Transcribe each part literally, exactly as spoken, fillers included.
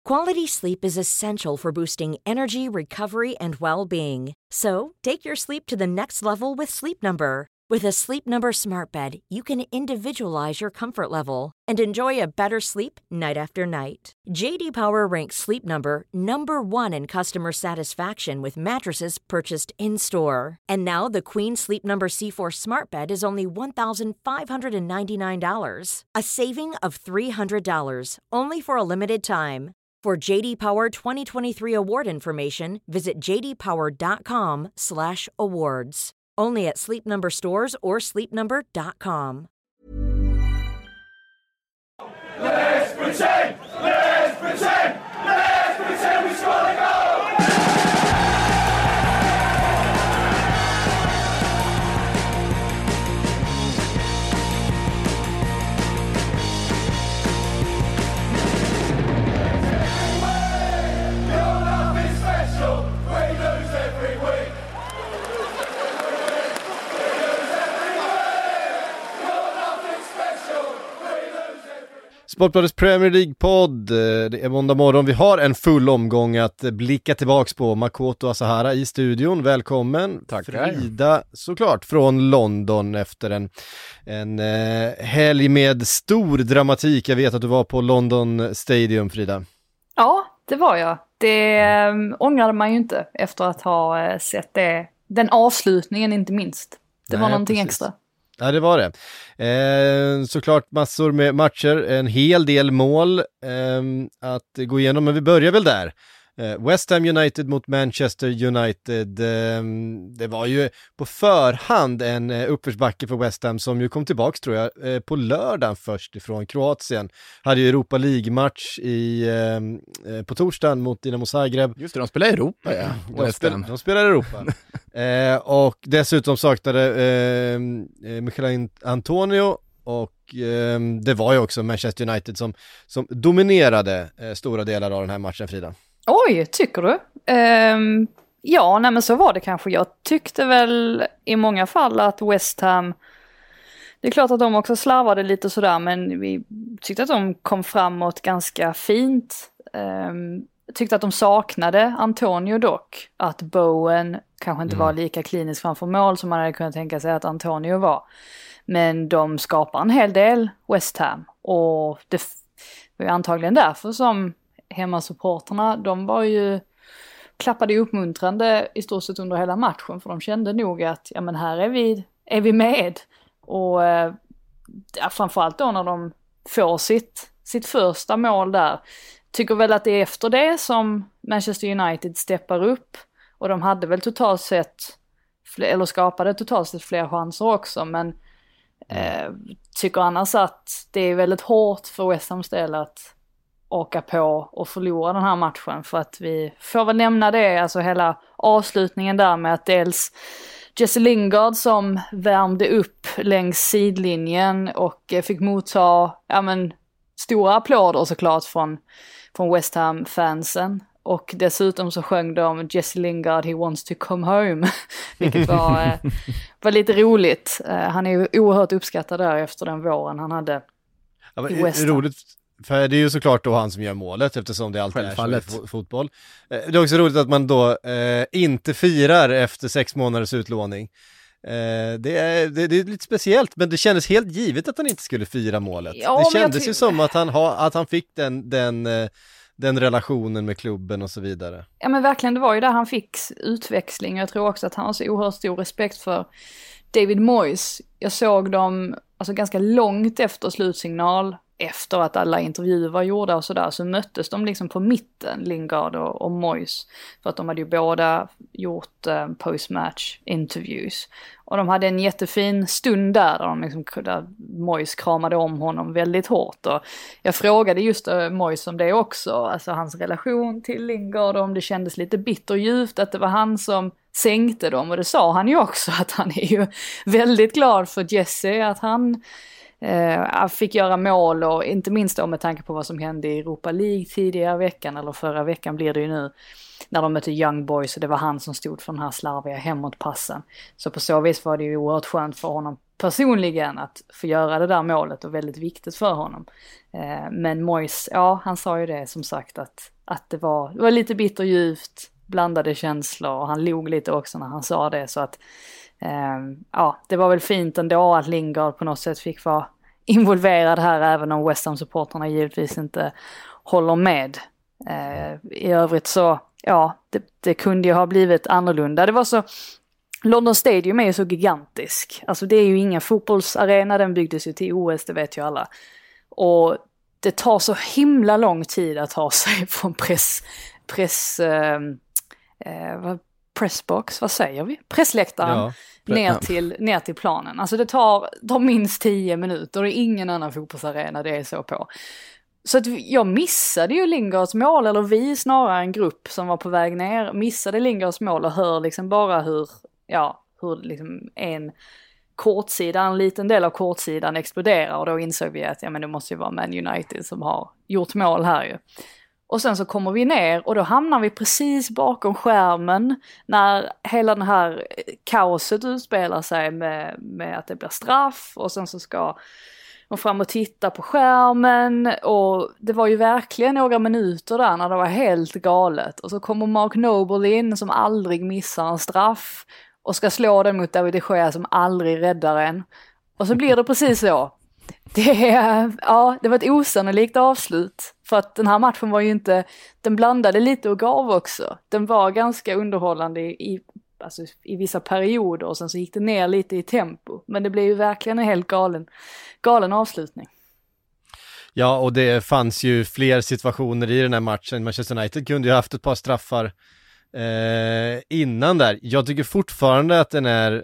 Quality sleep is essential for boosting energy, recovery, and well-being. So, take your sleep to the next level with Sleep Number. With a Sleep Number smart bed, you can individualize your comfort level and enjoy a better sleep night after night. J D Power ranks Sleep Number number one in customer satisfaction with mattresses purchased in-store. And now the Queen Sleep Number C four smart bed is only one thousand five hundred ninety-nine dollars, a saving of three hundred dollars, only for a limited time. For J D Power twenty twenty-three award information, visit j d power dot com slash awards. Only at Sleep Number stores or sleep number dot com. Let's pretend! Let's pretend! Let's pretend we score the goal! You're nothing special. We lose every week. Sportbladets Premier League-podd, det är måndag morgon. Vi har en full omgång att blicka tillbaks på. Makoto Asahara i studion, välkommen. Tack. Frida, såklart, från London efter en, en eh, helg med stor dramatik. Jag vet att du var på London Stadium, Frida. Ja, det var jag. Det äh, ångrade man ju inte efter att ha äh, sett det. Den avslutningen inte minst. Det Nej, var någonting precis. extra. Ja, det var det. Eh, såklart massor med matcher, en hel del mål eh, att gå igenom, men vi börjar väl där. Eh, West Ham United mot Manchester United. Eh, det var ju på förhand en eh, uppförsbacke för West Ham som ju kom tillbaks, tror jag, eh, på lördagen först ifrån Kroatien. Hade ju Europa League-match i, eh, på torsdagen mot Dinamo Zagreb. Just det, de spelar i Europa, ja. De, spel, de spelar i Europa. eh, och dessutom saknade eh, Michael Antonio, och eh, det var ju också Manchester United som, som dominerade eh, stora delar av den här matchen, Frida. Oj, tycker du? Um, ja, nej men så var det kanske. Jag tyckte väl i många fall att West Ham, det är klart att de också slarvade lite sådär, men vi tyckte att de kom framåt ganska fint. Um, tyckte att de saknade Antonio dock. Att Bowen kanske inte mm. var lika klinisk framför mål som man hade kunnat tänka sig att Antonio var. Men de skapar en hel del, West Ham. Och det var ju antagligen därför som hemmasupporterna, de var ju klappade ju uppmuntrande i stort sett under hela matchen, för de kände nog att ja men här är vi, är vi med. Och ja, framförallt då när de får sitt, sitt första mål där, tycker väl att det är efter det som Manchester United steppar upp, och de hade väl totalt sett eller skapade totalt sett fler chanser också, men eh, tycker annars att det är väldigt hårt för West Hams del att åka på och förlora den här matchen, för att vi får väl nämna det, alltså hela avslutningen där med att dels Jesse Lingard som värmde upp längs sidlinjen och fick motta ja, men, stora applåder såklart från, från West Ham-fansen, och dessutom så sjöng de Jesse Lingard, he wants to come home, vilket var, eh, var lite roligt. Eh, han är ju oerhört uppskattad där efter den våren han hade ja, i West Ham. Roligt. För det är ju såklart då han som gör målet, eftersom det alltid är så i fotboll. Det är också roligt att man då eh, inte firar efter sex månaders utlåning. Eh, det, är, det, det är lite speciellt, men det kändes helt givet att han inte skulle fira målet. Ja, det kändes ty- ju som att han, ha, att han fick den, den, den relationen med klubben och så vidare. Ja men verkligen, det var ju där han fick utväxling. Jag tror också att han har så oerhört stor respekt för David Moyes. Jag såg dem alltså ganska långt efter slutsignal, efter att alla intervjuer var gjorda och sådär, så möttes de liksom på mitten, Lingard och, och Moyes, för att de hade ju båda gjort eh, post-match interviews, och de hade en jättefin stund där där, de liksom, där Moyes kramade om honom väldigt hårt, och jag frågade just eh, Moyes om det också, alltså hans relation till Lingard, och om det kändes lite bitterljuvt att det var han som sänkte dem, och det sa han ju också, att han är ju väldigt glad för Jesse, att han Uh, fick göra mål, och inte minst då med tanke på vad som hände i Europa League tidigare veckan, eller förra veckan blir det ju nu, när de mötte Young Boys, och det var han som stod för den här slarviga hemåtpassen. Så på så vis var det ju oerhört skönt för honom personligen att få göra det där målet och väldigt viktigt för honom. Eh, men Moyes, ja han sa ju det som sagt att, att det, var, det var lite bitterljuvt, blandade känslor och han log lite också när han sa det så att eh, ja det var väl fint ändå att Lingard på något sätt fick vara involverad här även om West Ham-supporterna givetvis inte håller med. Eh, I övrigt så, ja, det, det kunde ju ha blivit annorlunda. Det var så, London Stadium är ju så gigantisk. Alltså det är ju ingen fotbollsarena, den byggdes ju till O S, det vet ju alla. Och det tar så himla lång tid att ta sig från press, press, eh, eh, pressbox, vad säger vi? Pressläktaren. Ja. Ner till, ner till planen. Alltså det tar, tar minst tio minuter och det är ingen annan fotbollsarena det är så på. Så att jag missade ju Lingards mål, eller vi snarare en grupp som var på väg ner, missade Lingards mål och hör liksom bara hur, ja, hur liksom en kortsida, en liten del av kortsidan exploderar och då insåg vi att ja, men det måste ju vara Man United som har gjort mål här ju. Och sen så kommer vi ner och då hamnar vi precis bakom skärmen när hela den här kaoset utspelar sig med, med att det blir straff och sen så ska de fram och titta på skärmen och det var ju verkligen några minuter där när det var helt galet och så kommer Mark Noble in som aldrig missar en straff och ska slå den mot David de Gea som aldrig räddar en och så blir det precis så. Det, ja, det var ett osannolikt avslut för att den här matchen var ju inte, den blandade lite och gav också. Den var ganska underhållande i, i, alltså i vissa perioder och sen så gick det ner lite i tempo. Men det blev ju verkligen en helt galen, galen avslutning. Ja, och det fanns ju fler situationer i den här matchen. Manchester United kunde ju haft ett par straffar eh, innan där. Jag tycker fortfarande att den är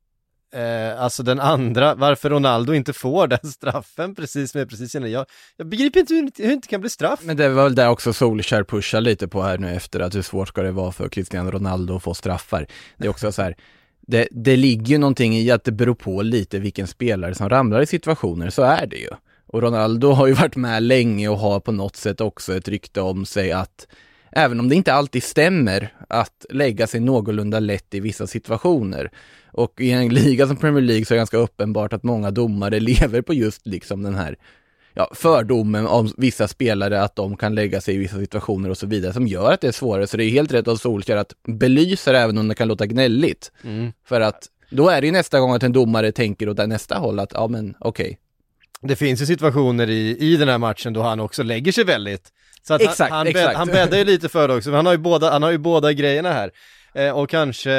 Eh, alltså den andra, varför Ronaldo inte får den straffen precis med precis innan. Jag, jag begriper inte hur, hur det inte kan bli straff. Men det var väl där också Solskjaer pushar lite på här nu efter att hur svårt ska det vara för Cristiano Ronaldo att få straffar. Det är också så här, det, det ligger ju någonting i att det beror på lite vilken spelare som ramlar i situationer, så är det ju. Och Ronaldo har ju varit med länge och har på något sätt också ett rykte om sig att även om det inte alltid stämmer att lägga sig någorlunda lätt i vissa situationer. Och i en liga som Premier League så är det ganska uppenbart att många domare lever på just liksom den här ja, fördomen om vissa spelare att de kan lägga sig i vissa situationer och så vidare som gör att det är svårare. Så det är helt rätt av Solskjaer att belysa det även om det kan låta gnälligt. Mm. För att då är det ju nästa gång att en domare tänker åt det nästa håll att ja men okej. Okay. Det finns ju situationer i, i den här matchen då han också lägger sig väldigt. Så att exakt, han, han, exakt. Bädd, han bäddar ju lite för det också. Han har ju båda, han har ju båda grejerna här. Eh, och kanske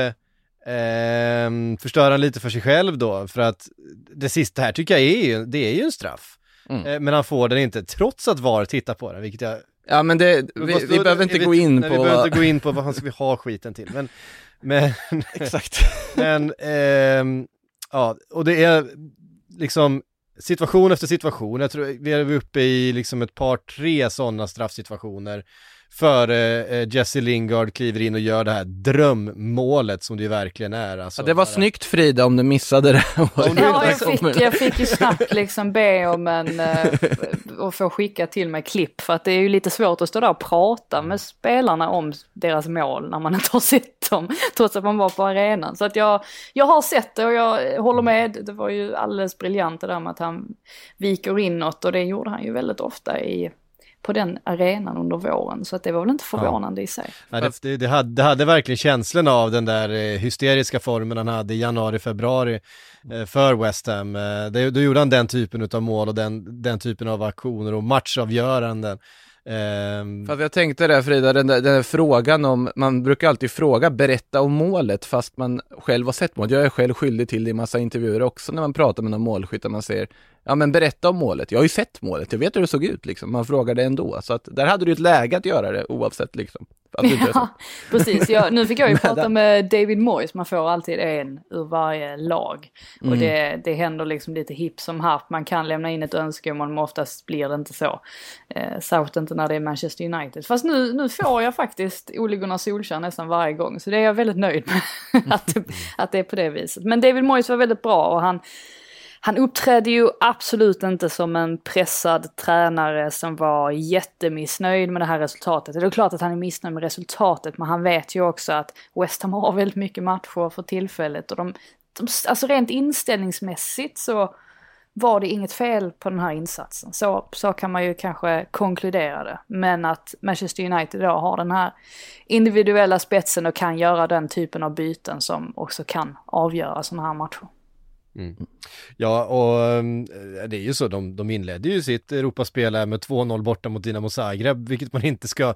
eh, förstör han lite för sig själv då. För att det sista här tycker jag är ju, det är ju en straff. Mm. Eh, men han får den inte trots att V A R tittar på den. Vilket jag... Ja men det, vi, vi, vi behöver inte vi, gå in nej, på... Vi behöver inte gå in på vad han ska vi ha skiten till. Men, men exakt. Men eh, ja, och det är liksom... situation efter situation, jag tror vi är uppe i liksom ett par tre sådana straffsituationer före eh, Jesse Lingard kliver in och gör det här drömmålet som det ju verkligen är. Alltså, ja, det var bara... snyggt Frida om du missade det. Ja, jag, fick, jag fick ju snabbt liksom be om en eh, och få skicka till mig klipp för att det är ju lite svårt att stå där och prata med spelarna om deras mål när man inte har sett dem trots att man var på arenan. Så att jag, jag har sett det och jag håller med. Det var ju alldeles briljant det där med att han viker inåt och det gjorde han ju väldigt ofta i på den arenan under våren, så att det var väl inte förvånande ja. i sig. Ja, det, det, det, hade, det hade verkligen känslan av den där eh, hysteriska formen han hade i januari, februari eh, för West Ham. Eh, det, då gjorde han den typen av mål och den, den typen av aktioner och matchavgöranden. Um... För att jag tänkte där Frida, den där, den där frågan om, man brukar alltid fråga, berätta om målet fast man själv har sett målet. Jag är själv skyldig till det i massa intervjuer också när man pratar med någon målskytt och man säger, ja men berätta om målet, jag har ju sett målet, jag vet hur det såg ut liksom, man frågar det ändå, så att där hade du ett läge att göra det oavsett liksom. Ja, precis. Jag, nu fick jag ju prata med David Moyes, man får alltid en ur varje lag och mm. det, det händer liksom lite hipp som happ, man kan lämna in ett önskemål men oftast blir det inte så eh, särskilt inte när det är Manchester United, fast nu, nu får jag faktiskt Ole Gunnar Solskjaer nästan varje gång, så det är jag väldigt nöjd med att, det, att det är på det viset. Men David Moyes var väldigt bra och han Han uppträdde ju absolut inte som en pressad tränare som var jättemissnöjd med det här resultatet. Det är klart att han är missnöjd med resultatet, men han vet ju också att West Ham har väldigt mycket matcher för tillfället och de de, alltså rent inställningsmässigt så var det inget fel på den här insatsen. Så, så kan man ju kanske konkludera det. Men att Manchester United då har den här individuella spetsen och kan göra den typen av byten som också kan avgöra sådana här matcher. Mm. Ja, och det är ju så, de, de inledde ju sitt Europaspel här med två noll borta mot Dinamo Zagreb, vilket man inte ska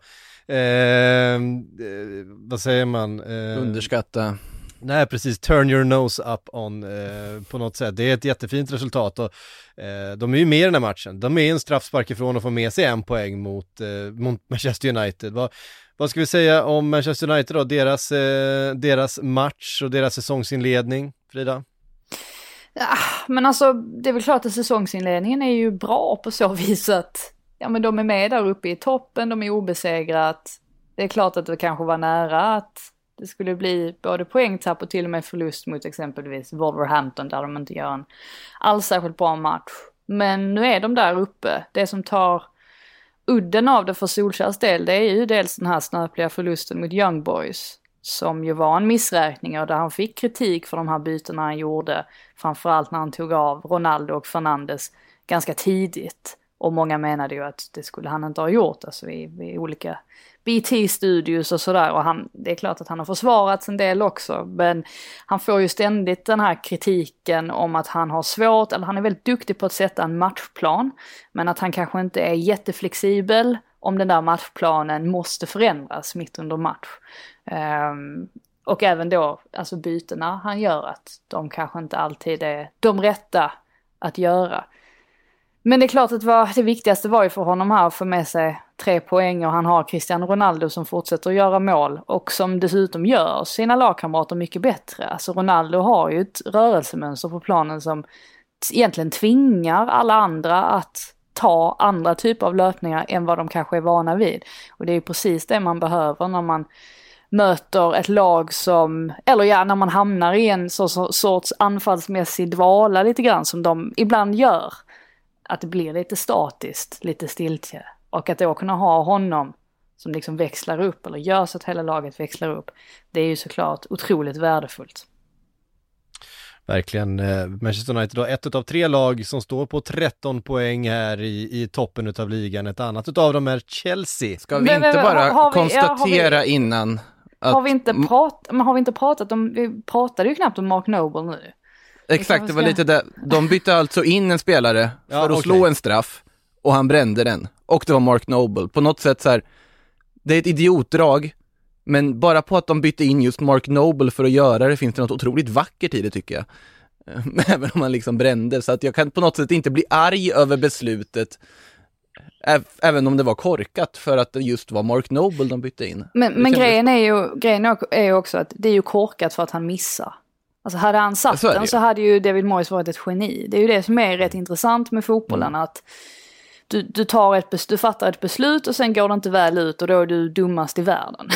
eh, vad säger man? Eh, underskatta. Nej, precis, turn your nose up on eh, på något sätt. Det är ett jättefint resultat och eh, de är ju med i den här matchen. De är en straffspark ifrån att få med sig en poäng mot, eh, mot Manchester United. Vad, vad ska vi säga om Manchester United då? Deras, eh, deras match och deras säsongsinledning, Frida? Ja, men alltså det är väl klart att säsongsinledningen är ju bra på så vis att ja, men de är med där uppe i toppen, de är obesegrat. Det är klart att det kanske var nära att det skulle bli både poängtapp och till och med förlust mot exempelvis Wolverhampton där de inte gör en alls särskilt bra match. Men nu är de där uppe. Det som tar udden av det för Solskjærs del, det är ju dels den här snöpliga förlusten mot Young Boys som ju var en missräkning och där han fick kritik för de här bytena han gjorde, framförallt när han tog av Ronaldo och Fernandes ganska tidigt. Och många menade ju att det skulle han inte ha gjort, alltså i, i olika B T-studios och sådär. Och han, det är klart att han har försvarats en del också, men han får ju ständigt den här kritiken om att han har svårt, eller han är väldigt duktig på att sätta en matchplan, men att han kanske inte är jätteflexibel om den där matchplanen måste förändras mitt under match. Um, och även då, alltså bytena han gör, att de kanske inte alltid är de rätta att göra. Men det är klart att var, det viktigaste var ju för honom här att få med sig tre poäng och han har Cristiano Ronaldo som fortsätter att göra mål och som dessutom gör sina lagkamrater mycket bättre. Alltså Ronaldo har ju ett rörelsemönster på planen som t- egentligen tvingar alla andra att ta andra typer av löpningar än vad de kanske är vana vid. Och det är ju precis det man behöver när man möter ett lag som, eller ja, när man hamnar i en så, så, sorts anfallsmässig dvala lite grann som de ibland gör. Att det blir lite statiskt, lite stiltje. Och att då kunna ha honom som liksom växlar upp eller gör så att hela laget växlar upp. Det är ju såklart otroligt värdefullt. Verkligen. Manchester United har ett av tre lag som står på tretton poäng här i, i toppen utav ligan. Ett annat av dem är Chelsea. Ska vi Men, inte men, bara har vi- konstatera ja, har vi- innan att... Har vi inte, prat, men har vi inte pratat om, vi pratade ju knappt om Mark Noble nu. Exakt, det var lite där. De bytte alltså in en spelare för Ja, att okej. slå en straff och han brände den. Och det var Mark Noble. På något sätt så här, det är ett idiotdrag, men bara på att de bytte in just Mark Noble för att göra det finns det något otroligt vackert i det, tycker jag. Även om han liksom brände, så att jag kan på något sätt inte bli arg över beslutet, ä- även om det var korkat för att det just var Mark Noble de bytte in. Men, Det men kändes- grejen är ju grejen är ju också att det är ju korkat för att han missar. Alltså hade han satt Så är det den ju. så hade ju David Moyes varit ett geni. Det är ju det som är rätt intressant med fotbollen, Mm. att du, du, tar ett, bes- du fattar ett beslut och sen går det inte väl ut och då är du dummast i världen.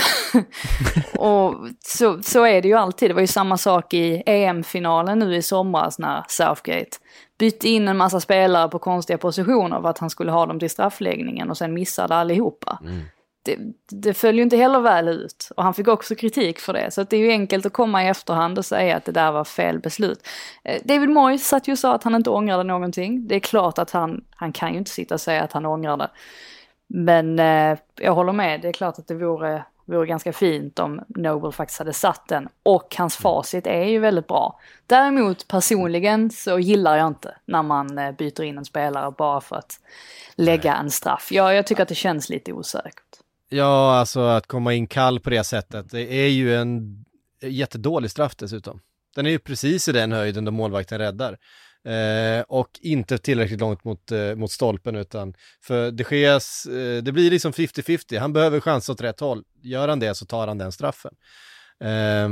Och så, så är det ju alltid. Det var ju samma sak i E M-finalen nu i somras när Southgate bytte in en massa spelare på konstiga positioner för att han skulle ha dem till straffläggningen och sen missade allihopa. Mm. Det, det följer ju inte heller väl ut. Och han fick också kritik för det. Så att det är ju enkelt att komma i efterhand och säga att det där var fel beslut. Eh, David Moyes satt ju och sa att han inte ångrade någonting. Det är klart att han, han kan ju inte sitta och säga att han ångrade. Men eh, jag håller med. Det är klart att det vore, vore ganska fint om Noble faktiskt hade satt den. Och hans facit är ju väldigt bra. Däremot personligen så gillar jag inte när man eh, byter in en spelare bara för att lägga en straff. Ja, jag tycker att det känns lite osäkert. Ja, alltså att komma in kall på det sättet, det är ju en jättedålig straff dessutom. Den är ju precis i den höjden då målvakten räddar. Eh, och inte tillräckligt långt mot, eh, mot stolpen, utan för De Geas, eh, det blir liksom femtio femtio. Han behöver chans åt rätt håll. Gör han det så tar han den straffen. Eh,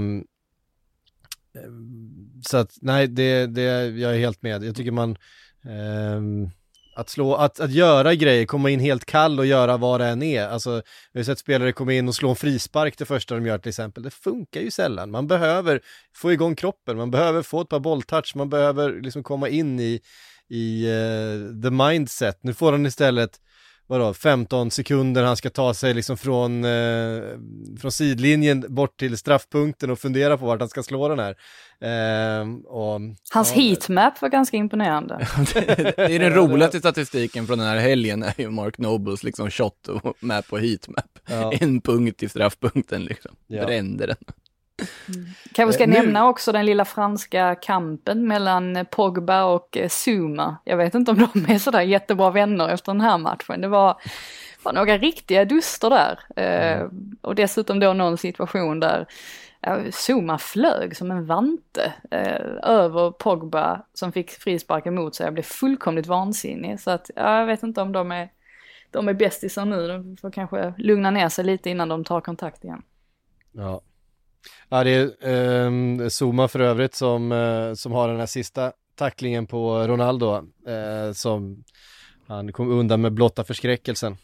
så att nej, det, det, jag är helt med. Jag tycker man... Eh, Att slå, att, att göra grejer, komma in helt kall och göra vad det än är. Alltså, vi har sett spelare komma in och slå en frispark det första de gör till exempel. Det funkar ju sällan. Man behöver få igång kroppen, man behöver få ett par bolltouch, man behöver liksom komma in i, i uh, the mindset. Nu får han istället vadå, femton sekunder han ska ta sig liksom från, eh, från sidlinjen bort till straffpunkten och fundera på vart han ska slå den här. Eh, och, Hans ja, heatmap var ganska imponerande. det, det är den roligaste statistiken från den här helgen är ju Mark Nobles liksom shot och map och heatmap. Ja. En punkt i straffpunkten liksom. Ja. Brände den. Mm. Kanske ska Eh, nu- nämna också den lilla franska kampen mellan Pogba och eh, Zuma. Jag vet inte om de är sådär jättebra vänner efter den här matchen. Det var, var några riktiga duster där. Eh, Mm. och dessutom då någon situation där eh, Zuma flög som en vante eh, över Pogba som fick frispark emot sig. Jag blev fullkomligt vansinnig. Så att, ja, jag vet inte om de är, de är bästisar nu. De får kanske lugna ner sig lite innan de tar kontakt igen. Ja. Ja, det är eh, Zuma för övrigt som, eh, som har den här sista tacklingen på Ronaldo, eh, som han kom undan med blotta förskräckelsen.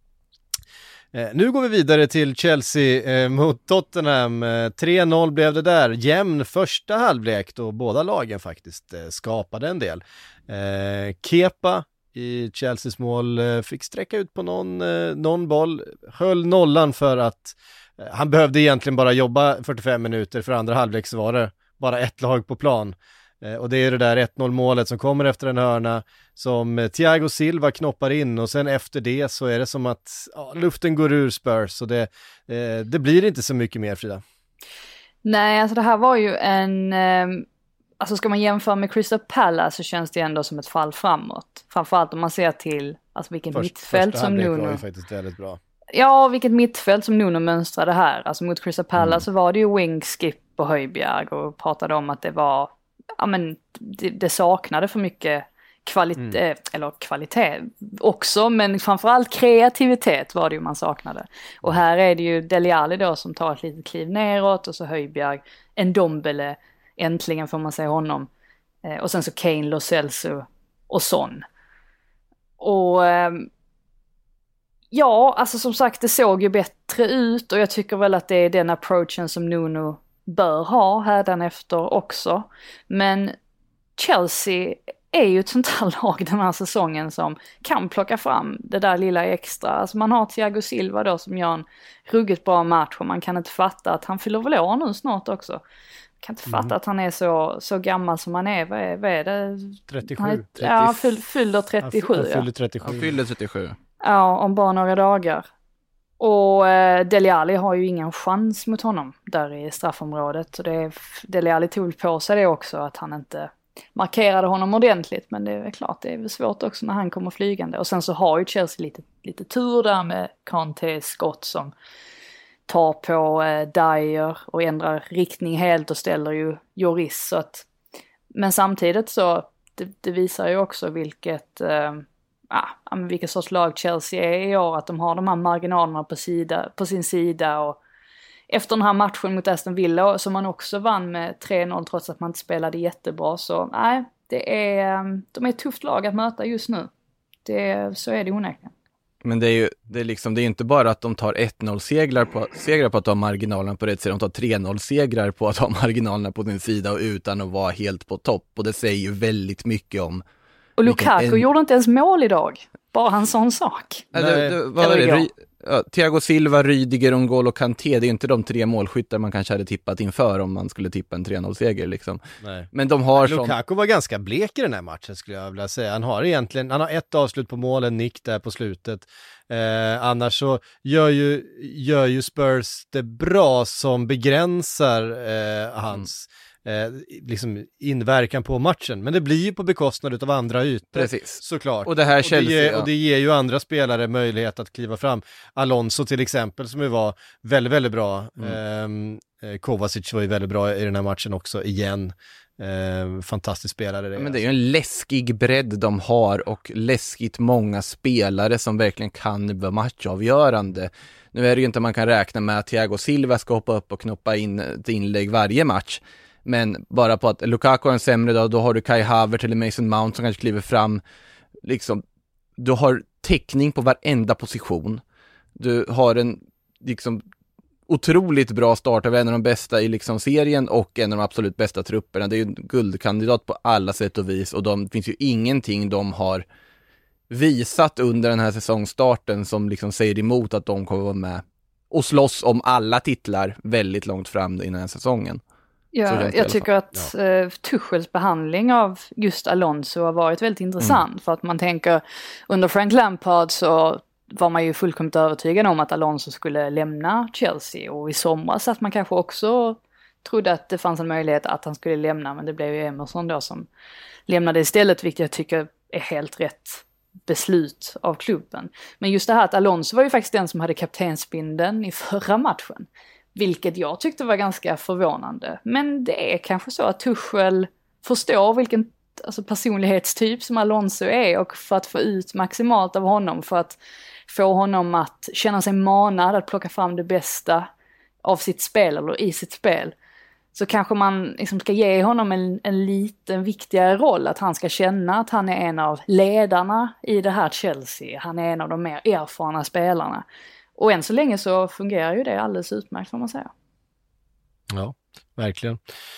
Eh, nu går vi vidare till Chelsea eh, mot Tottenham. Eh, tre noll blev det där. Jämn första halvlek då båda lagen faktiskt eh, skapade en del. Eh, Kepa i Chelseas mål eh, fick sträcka ut på någon, eh, någon boll, höll nollan för att han behövde egentligen bara jobba fyrtiofem minuter, för andra halvlek så var det bara ett lag på plan. Eh, och det är det där ett noll målet som kommer efter en hörna som eh, Thiago Silva knoppar in, och sen efter det så är det som att ja, luften går ur Spurs, och det, eh, det blir inte så mycket mer, Frida. Nej, alltså det här var ju en... Eh, alltså ska man jämföra med Crystal Palace så känns det ändå som ett fall framåt. Framförallt om man ser till alltså vilket Först, mittfält första som halvlek var Nuno... ju faktiskt väldigt bra. Ja, vilket mittfält som Nuno mönstrade här. Alltså mot Crystal Palace Mm. så var det ju Wing, Skip och Højbjerg och pratade om att det var... Ja men det, det saknade för mycket kvalitet, Mm. eller kvalitet också, men framförallt kreativitet var det ju man saknade. Och här är det ju Dele Alli då som tar ett litet kliv neråt, och så Højbjerg, en Dombele, äntligen får man säga honom. Eh, och sen så Kane, Lo Celso och Son. Och ehm, ja, alltså som sagt, det såg ju bättre ut, och jag tycker väl att det är den approachen som Nuno bör ha hädanefter också. Men Chelsea är ju ett sånt här lag den här säsongen som kan plocka fram det där lilla extra. Alltså man har Thiago Silva då som gör en ruggigt bra match, och man kan inte fatta att han fyller väl år nu snart också. Kan inte fatta Mm. att han är så, så gammal som han är. Vad är, vad är det? trettiosju. Han är, ja, fyll, fyller trettiosju. Han ja. fyllde trettiosju. Han fyllde trettiosju. Ja, om bara några dagar. Och eh, Dele Alli har ju ingen chans mot honom där i straffområdet. Och det, Dele Alli tog på sig det också, att han inte markerade honom ordentligt. Men det är klart, det är väl svårt också när han kommer flygande. Och sen så har ju Chelsea lite, lite tur där med Kantés skott som tar på eh, Dyer och ändrar riktning helt och ställer ju Lloris. Så att, men samtidigt så, det, det visar ju också vilket... Eh, Ja, vilken sorts lag Chelsea är i år, att de har de här marginalerna på, sida, på sin sida, och efter den här matchen mot Aston Villa som man också vann med tre noll trots att man inte spelade jättebra, så nej, det är, de är ett tufft lag att möta just nu. Det, så är det onekligen. Men det är ju det är liksom, det är inte bara att de tar ett noll segrar på, segrar på att ha marginalerna på rätt sida, de tar tre noll segrar på att ha marginalerna på sin sida och utan att vara helt på topp, och det säger ju väldigt mycket om. Och Lukaku en... gjorde inte ens mål idag. Bara en sån sak. Nej, det, det, vad var det? Ry, ja, Thiago Silva, Rydiger, N'Golo Kanté, det är inte de tre målskyttar man kanske hade tippat inför om man skulle tippa en tre noll-seger liksom. Nej. Men de har sån... Lukaku var ganska blek i den här matchen, skulle jag vilja säga. Han har egentligen, han har ett avslut på mål, en nick där på slutet. Eh, annars så gör ju, gör ju Spurs det bra som begränsar eh, hans... Mm. Eh, liksom inverkan på matchen, men det blir ju på bekostnad av andra ytor. Precis. Såklart. Och det här Chelsea, och det, ger, ja. och det ger ju andra spelare möjlighet att kliva fram. Alonso till exempel, som ju var väldigt, väldigt bra. Mm. Eh, Kovacic var ju väldigt bra i den här matchen också, igen. Eh, fantastisk spelare det. Ja, men det är ju en läskig bredd de har, och läskigt många spelare som verkligen kan vara matchavgörande. Nu är det ju inte man kan räkna med att Thiago Silva ska hoppa upp och knoppa in ett inlägg varje match. Men bara på att Lukaku har en sämre dag, då har du Kai Havertz eller Mason Mount som kanske kliver fram. Liksom, du har täckning på varenda position. Du har en liksom otroligt bra start av en av de bästa i liksom serien och en av de absolut bästa trupperna. Det är ju en guldkandidat på alla sätt och vis, och de finns ju ingenting de har visat under den här säsongstarten som liksom säger emot att de kommer vara med och slåss om alla titlar väldigt långt fram i den här säsongen. Ja, jag tycker att ja. uh, Tuchels behandling av just Alonso har varit väldigt intressant. Mm. För att man tänker, under Frank Lampard så var man ju fullkomligt övertygad om att Alonso skulle lämna Chelsea. Och i somras att man kanske också trodde att det fanns en möjlighet att han skulle lämna. Men det blev ju Emerson då som lämnade istället, vilket jag tycker är helt rätt beslut av klubben. Men just det här att Alonso var ju faktiskt den som hade kaptensbindeln i förra matchen. Vilket jag tyckte var ganska förvånande. Men det är kanske så att Tuchel förstår vilken alltså personlighetstyp som Alonso är. Och för att få ut maximalt av honom. För att få honom att känna sig manad att plocka fram det bästa av sitt spel eller i sitt spel. Så kanske man liksom ska ge honom en, en liten viktigare roll. Att han ska känna att han är en av ledarna i det här Chelsea. Han är en av de mer erfarna spelarna. Och än så länge så fungerar ju det alldeles utmärkt, får man säga. Ja, verkligen.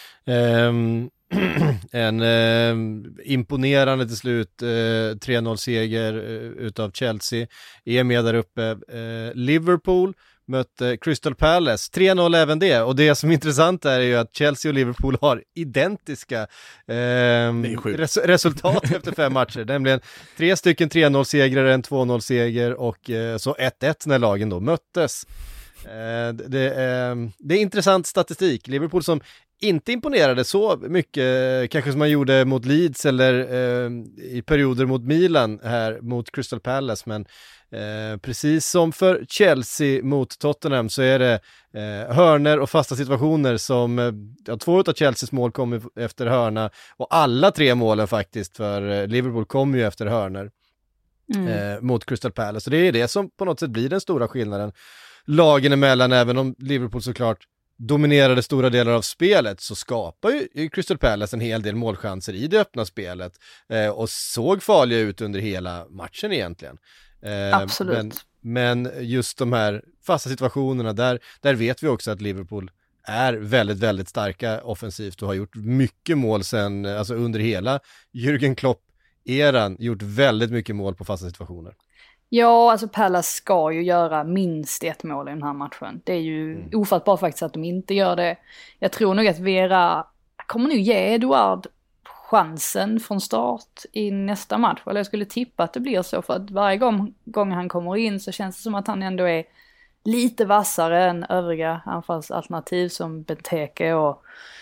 Um, en um, imponerande till slut uh, tre noll-seger uh, utav Chelsea. Är med där uppe. Uh, Liverpool mötte Crystal Palace. tre noll även det. Och det som är intressant är ju att Chelsea och Liverpool har identiska eh, res- resultat efter fem matcher. Nämligen tre stycken tre noll-segrar, en två noll-seger och eh, så ett ett när lagen då möttes. Eh, det, eh, det är intressant statistik. Liverpool som inte imponerade så mycket kanske som man gjorde mot Leeds eller eh, i perioder mot Milan här mot Crystal Palace, men eh, precis som för Chelsea mot Tottenham så är det eh, hörner och fasta situationer som eh, ja, två av Chelseas mål kommer efter hörna och alla tre målen faktiskt för eh, Liverpool kommer ju efter hörner mm. eh, mot Crystal Palace, så det är det som på något sätt blir den stora skillnaden lagen emellan. Även om Liverpool såklart dominerade stora delar av spelet så skapar ju Crystal Palace en hel del målchanser i det öppna spelet eh, och såg farliga ut under hela matchen egentligen. Eh, Absolut. Men, men just de här fasta situationerna, där, där vet vi också att Liverpool är väldigt, väldigt starka offensivt och har gjort mycket mål sen, alltså under hela Jürgen Klopp-eran, gjort väldigt mycket mål på fasta situationer. Ja, alltså Palace ska ju göra minst ett mål i den här matchen. Det är ju mm. ofattbart faktiskt att de inte gör det. Jag tror nog att Vera kommer nu ge Eduard chansen från start i nästa match. Eller jag skulle tippa att det blir så, för att varje gång, gång han kommer in så känns det som att han ändå är lite vassare än övriga anfallsalternativ som Benteke och,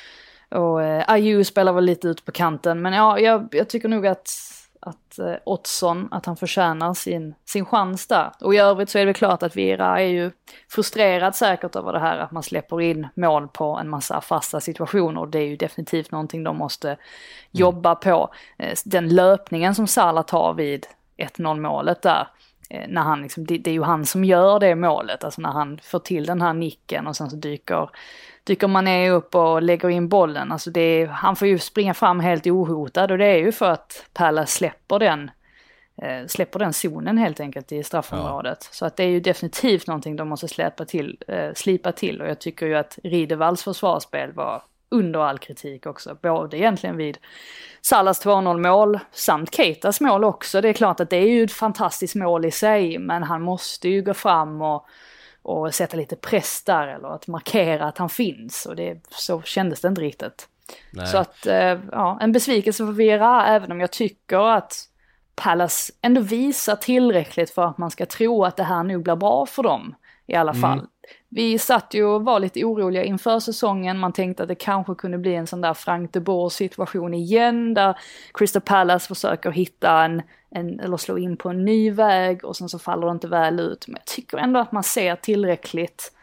och eh, Ayew spelar väl lite ut på kanten. Men ja, jag, jag tycker nog att att eh, Ottson, att han förtjänar sin, sin chans där. Och i övrigt så är det klart att Vera är ju frustrerad säkert över det här att man släpper in mål på en massa fasta situationer. Det är ju definitivt någonting de måste mm. jobba på. Eh, den löpningen som Salah tar vid ett noll målet där, eh, när han liksom, det, det är ju han som gör det målet, alltså när han får till den här nicken och sen så dyker dyker man är upp och lägger in bollen. Alltså det är, han får ju springa fram helt ohotad, och det är ju för att Palace släpper den, eh, släpper den zonen helt enkelt i straffområdet. Ja. Så att det är ju definitivt någonting de måste släppa till, eh, slipa till, och jag tycker ju att Riedewalls försvarsspel var under all kritik också. Både egentligen vid Salahs två noll mål samt Keitas mål också. Det är klart att det är ju ett fantastiskt mål i sig, men han måste ju gå fram och och sätta lite press där, eller att markera att han finns, och det, så kändes det inte riktigt. Nej. Så att, ja, en besvikelse för Vera, även om jag tycker att Palace ändå visar tillräckligt för att man ska tro att det här nu blir bra för dem i alla fall. Mm. Vi satt ju och var lite oroliga inför säsongen. Man tänkte att det kanske kunde bli en sån där Frank de Boer situation igen, där Crystal Palace försöker hitta en, en eller slå in på en ny väg och sen så faller det inte väl ut. Men jag tycker ändå att man ser tillräckligt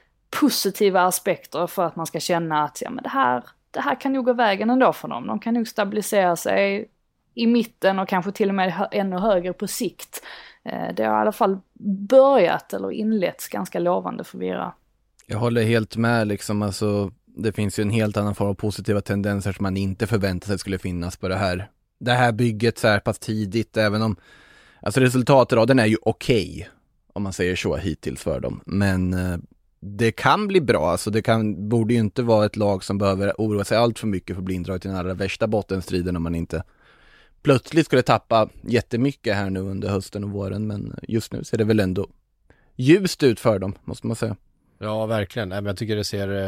positiva aspekter för att man ska känna att ja, men det här, det här kan nog gå vägen ändå för dem. De kan nog stabilisera sig i mitten och kanske till och med hö- ännu högre på sikt. Det har i alla fall börjat eller inletts ganska lovande för Vera. Jag håller helt med liksom, alltså, det finns ju en helt annan form av positiva tendenser som man inte förväntar sig skulle finnas på det här, det här bygget så här pass tidigt, även om alltså resultatraden är ju okej okay, om man säger så hittills för dem, men eh, det kan bli bra, alltså det kan, borde ju inte vara ett lag som behöver oroa sig allt för mycket för att bli indraget i den allra värsta bottenstriden om man inte plötsligt skulle tappa jättemycket här nu under hösten och våren, men just nu ser det väl ändå ljust ut för dem, måste man säga. Ja, verkligen. Jag tycker det ser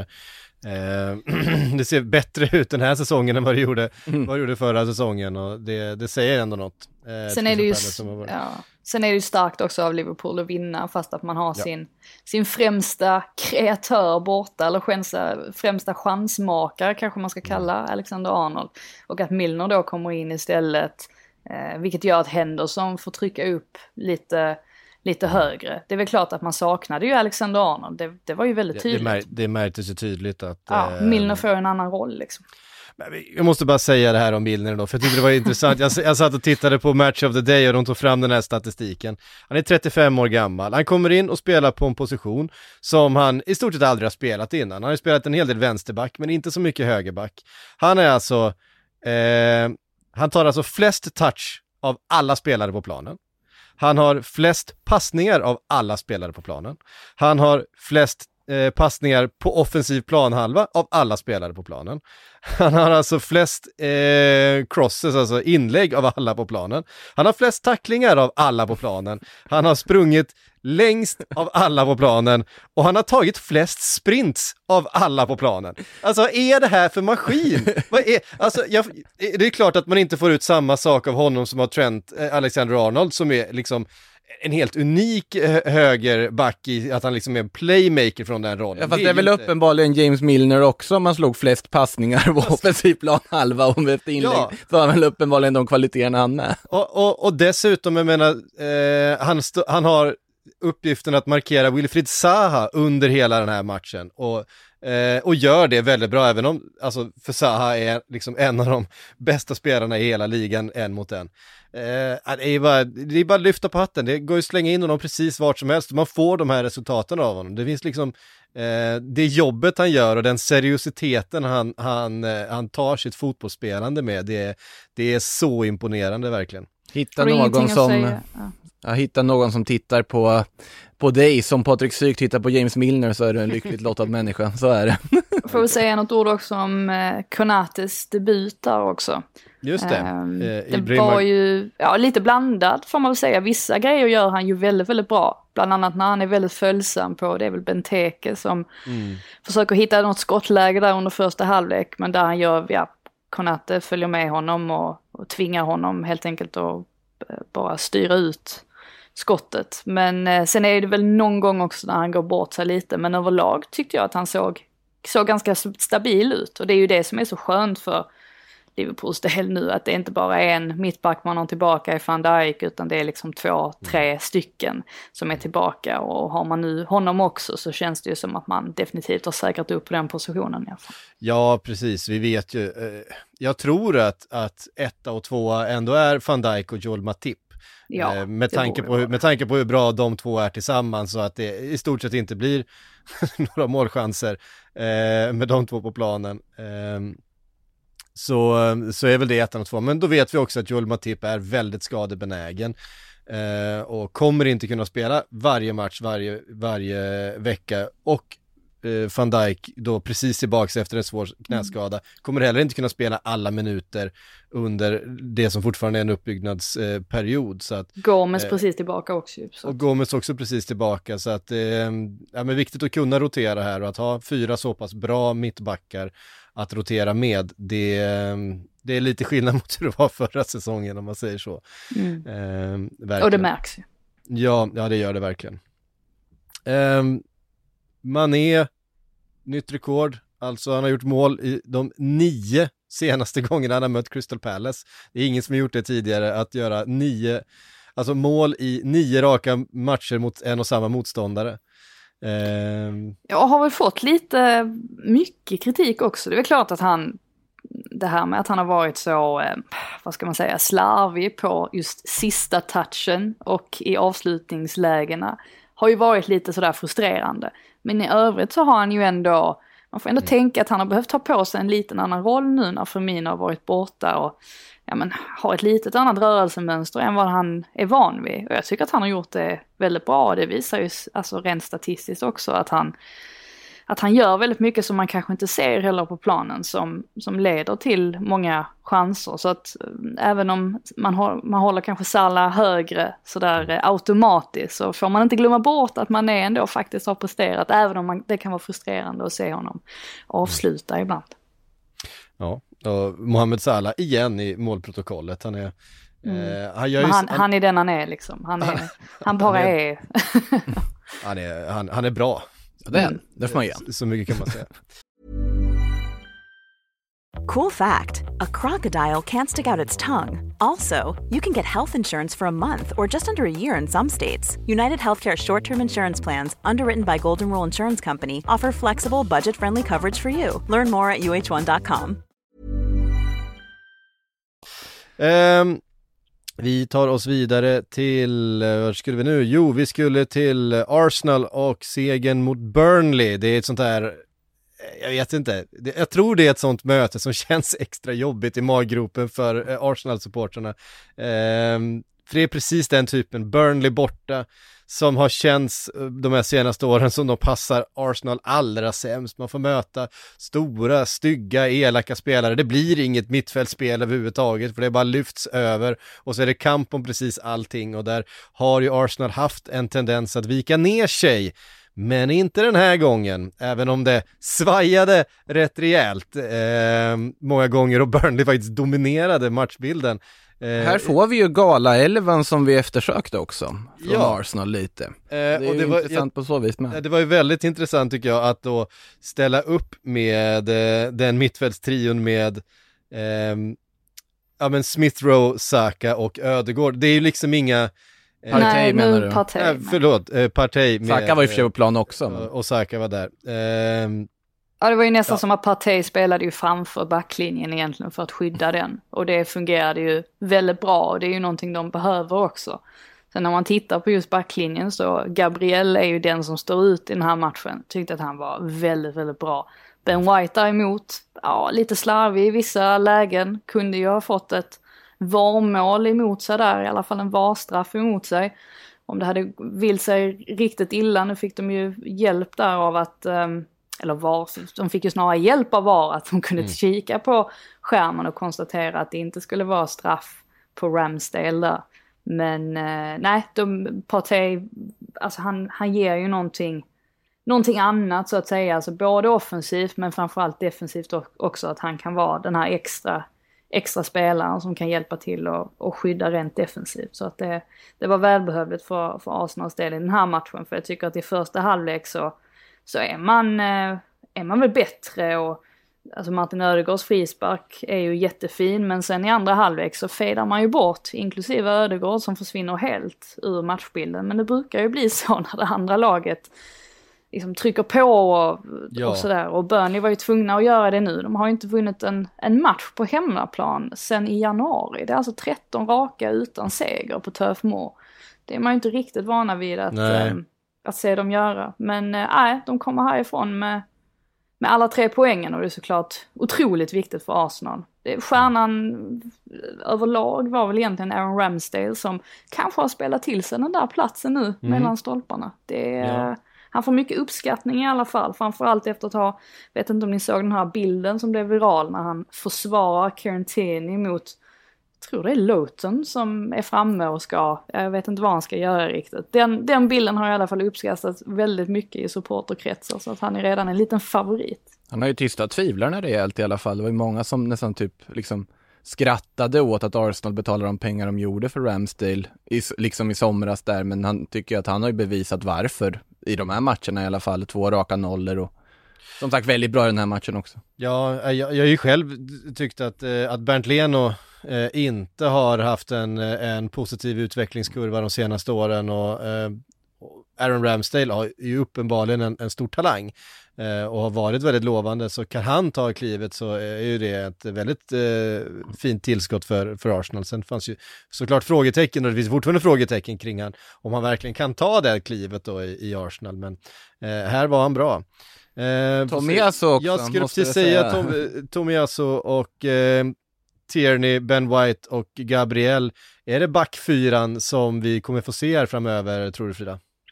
eh, det ser bättre ut den här säsongen än vad det gjorde, mm. vad det gjorde förra säsongen, och det, det säger ändå något. Eh, Sen är det ju ja. Sen är det ju starkt också av Liverpool att vinna, fast att man har ja. sin, sin främsta kreatör borta, eller främsta, främsta chansmakare kanske man ska kalla mm. Alexander Arnold, och att Milner då kommer in istället, eh, vilket gör att Henderson får trycka upp lite lite högre. Det är väl klart att man saknade ju Alexander Arnold. Det, det var ju väldigt tydligt. Det, det, mär, det märktes ju tydligt att... Ja, eh, Milner får en annan roll liksom. Jag måste bara säga det här om Milner då, för jag tyckte det var intressant. Jag, jag satt och tittade på Match of the Day och de tog fram den här statistiken. Han är trettiofem år gammal. Han kommer in och spelar på en position som han i stort sett aldrig har spelat innan. Han har ju spelat en hel del vänsterback, men inte så mycket högerback. Han är alltså... Eh, han tar alltså flest touch av alla spelare på planen. Han har flest passningar av alla spelare på planen. Han har flest eh, passningar på offensiv planhalva av alla spelare på planen. Han har alltså flest eh, crosses, alltså inlägg av alla på planen. Han har flest tacklingar av alla på planen. Han har sprungit längst av alla på planen. Och han har tagit flest sprints av alla på planen. Alltså, vad är det här för maskin? Vad är, alltså, jag, det är klart att man inte får ut samma sak av honom som av Trent eh, Alexander-Arnold, som är liksom en helt unik högerback i att han liksom är en playmaker från den rollen. Ja, fast det är, det är väl inte... uppenbarligen James Milner också, om man slog flest passningar på fast... offensiv plan halva och med ett inlägg, ja. Så har han väl uppenbarligen de kvaliteterna han med. Och, och, och dessutom, jag menar, eh, han, st- han har uppgiften att markera Wilfried Zaha under hela den här matchen, och Eh, och gör det väldigt bra, även om alltså, för Zaha är liksom en av de bästa spelarna i hela ligan en mot en. Eh, det är bara, det är bara att lyfta på hatten. Det går ju att slänga in honom precis vart som helst. Man får de här resultaten av honom. Det finns liksom eh, det jobbet han gör och den seriositeten han, han, eh, han tar sitt fotbollsspelande med. Det, det är så imponerande verkligen. Hitta någon som... Ja. Jag hittar någon som tittar på, på dig som Patrik Syk tittar på James Milner, så är du en lyckligt lottad människa. Så är det. Får vi säga något ord också om eh, Konates debut där också. Just det. Um, eh, det var ju ja, lite blandad får man väl säga. Vissa grejer gör han ju väldigt, väldigt bra. Bland annat när han är väldigt följsam på, det är väl Benteke som mm. försöker hitta något skottläge där under första halvlek. Men där han gör, ja, Konate följer med honom och, och tvingar honom helt enkelt att bara styra ut skottet. Men eh, sen är det väl någon gång också när han går bort sig lite. Men överlag tyckte jag att han såg, såg ganska stabil ut. Och det är ju det som är så skönt för Liverpools del nu. Att det inte bara är en mittback man har tillbaka i Van Dijk, utan det är liksom två, tre stycken som är tillbaka. Och har man nu honom också så känns det ju som att man definitivt har säkrat upp på den positionen i alla fall. Ja, precis. Vi vet ju. Eh, jag tror att, att etta och tvåa ändå är Van Dijk och Joel Matip. Ja, med, tanke på hur, med tanke på hur bra de två är tillsammans, så att det i stort sett inte blir några målchanser eh, med de två på planen. Eh, så, så är väl det ettan och två. Men då vet vi också att Joel Matip är väldigt skadebenägen eh, och kommer inte kunna spela varje match varje, varje vecka. Och Van Dijk då precis tillbaka efter en svår knäskada kommer heller inte kunna spela alla minuter under det som fortfarande är en uppbyggnadsperiod, så att Gomes eh, precis tillbaka också så. Och Gomes också precis tillbaka, så att eh, ja, men viktigt att kunna rotera här och att ha fyra så pass bra mittbackar att rotera med. Det, det är lite skillnad mot hur det var förra säsongen, om man säger så. Mm. Eh, och det märks ju. Ja, ja, det gör det verkligen. Eh, Mané, nytt rekord, alltså han har gjort mål i de nio senaste gångerna han har mött Crystal Palace. Det är ingen som har gjort det tidigare, att göra nio, alltså mål i nio raka matcher mot en och samma motståndare. Eh... Jag har väl fått lite mycket kritik också. Det är väl klart att han, det här med att han har varit så, vad ska man säga, slarvig på just sista touchen och i avslutningslägena har ju varit lite sådär frustrerande. Men i övrigt så har han ju ändå, man får ändå mm. tänka att han har behövt ta på sig en liten annan roll nu när Firmino har varit borta och ja, men, har ett litet annat rörelsemönster än vad han är van vid. Och jag tycker att han har gjort det väldigt bra. Det visar ju alltså rent statistiskt också att han, att han gör väldigt mycket som man kanske inte ser heller på planen som, som leder till många chanser. Så att även om man, har, man håller kanske Salah högre sådär eh, automatiskt, så får man inte glömma bort att man är ändå faktiskt har presterat, även om man, det kan vara frustrerande att se honom avsluta mm. ibland. Ja, och Mohamed Salah igen i målprotokollet. Han är Mm. Eh, han, gör han, ju, han är den han är liksom. Han, är, han bara han är, är. han, är han, han är bra. Ja, det är det får man igen. Så, så mycket kan man säga. Cool fact, a crocodile can't stick out its tongue. Also, you can get health insurance for a month or just under a year in some states. United Healthcare short-term insurance plans, underwritten by Golden Rule Insurance Company, offer flexible, budget-friendly coverage for you. Learn more at U H one dot com. Um, vi tar oss vidare till, vad skulle vi nu? Jo, vi skulle till Arsenal och segern mot Burnley. Det är ett sånt här, jag vet inte, det, jag tror det är ett sånt möte som känns extra jobbigt i maggropen för eh, Arsenal-supporterna. Um, för det är precis den typen, Burnley borta, som har känts de här senaste åren som de passar Arsenal allra sämst. Man får möta stora, stygga, elaka spelare. Det blir inget mittfältspel överhuvudtaget, för det bara lyfts över och så är det kamp om precis allting, och där har ju Arsenal haft en tendens att vika ner sig. Men inte den här gången, även om det svajade rätt rejält eh, många gånger och Burnley faktiskt dominerade matchbilden. Eh, här får vi ju gala-elvan som vi eftersökte också från ja. Arsenal lite. Eh, det är och det ju var, intressant jag, på så vis med. Det var ju väldigt intressant tycker jag att då ställa upp med eh, den mittfältstrion med eh, ja, men Smith Rowe, Saka och Ödegaard. Det är ju liksom inga Eh, Partey menar du? Partey, nej, förlåt, eh, Partey med, Saka var ju för sig på plan också. Men... Och Saka var där. Eh, Ja, det var ju nästan ja. som att Partey spelade ju framför backlinjen egentligen för att skydda den. Och det fungerade ju väldigt bra, och det är ju någonting de behöver också. Sen när man tittar på just backlinjen så Gabriel är ju den som står ut i den här matchen. Tyckte att han var väldigt, väldigt bra. Ben White däremot, ja, lite slarvig i vissa lägen. Kunde ju ha fått ett varmål emot sig där, i alla fall en varstraff emot sig. Om det hade vill sig riktigt illa, nu fick de ju hjälp där av att... Um, eller var, de fick ju snarare hjälp av var att de kunde mm. kika på skärmen och konstatera att det inte skulle vara straff på Ramsdale där. Men eh, nej, de, Partey, alltså han, han ger ju någonting, någonting annat så att säga. Alltså både offensivt men framförallt defensivt också, att han kan vara den här extra, extra spelaren som kan hjälpa till och, och skydda rent defensivt. Så att det, det var välbehövligt för, för Arsenals del i den här matchen, för jag tycker att i första halvlek så så är man, är man väl bättre, och alltså Martin Ödegårds frispark är ju jättefin, men sen i andra halvlek så fejdar man ju bort, inklusive Ödegård som försvinner helt ur matchbilden. Men det brukar ju bli så när det andra laget liksom trycker på och, ja. och sådär. Och Burnley var ju tvungna att göra det nu. De har ju inte vunnit en, en match på hemmaplan sen i januari. Det är alltså tretton raka utan seger på Turf Moor. Det är man ju inte riktigt vana vid att... Um, att se dem göra. Men nej, äh, de kommer härifrån med, med alla tre poängen, och det är såklart otroligt viktigt för Arsenal. Det, stjärnan överlag var väl egentligen Aaron Ramsdale, som kanske har spelat till sig den där platsen nu mm. mellan stolparna. Det, ja. Han får mycket uppskattning i alla fall, framförallt efter att ha, vet inte om ni såg den här bilden som blev viral när han försvarar Kieran Tierney mot, jag tror det är Luton som är framme och ska, jag vet inte vad han ska göra riktigt. Den, den bilden har i alla fall uppskattats väldigt mycket i supporterkretsar, så att han är redan en liten favorit. Han har ju tystat tvivlarna rejält i alla fall. Det var ju många som nästan typ liksom skrattade åt att Arsenal betalar de pengar de gjorde för Ramsdale i, liksom i somras där, men han tycker att han har ju bevisat varför i de här matcherna i alla fall. Två raka nollor och som sagt väldigt bra i den här matchen också. Ja, jag, jag har ju själv tyckt att, att Bernd Leno eh, inte har haft en, en positiv utvecklingskurva de senaste åren, och eh, Aaron Ramsdale har ju uppenbarligen en, en stor talang eh, och har varit väldigt lovande, så kan han ta klivet så är ju det ett väldigt eh, fint tillskott för, för Arsenal. Sen fanns ju såklart frågetecken, och det finns fortfarande frågetecken kring han, om han verkligen kan ta det klivet då i, i Arsenal, men eh, här var han bra. Eh, Tomiasso också. Jag skulle precis säga Tom, Tomiasso och eh, Tierney, Ben White och Gabriel. Är det backfyran som vi kommer få se här framöver, tror du, Frida?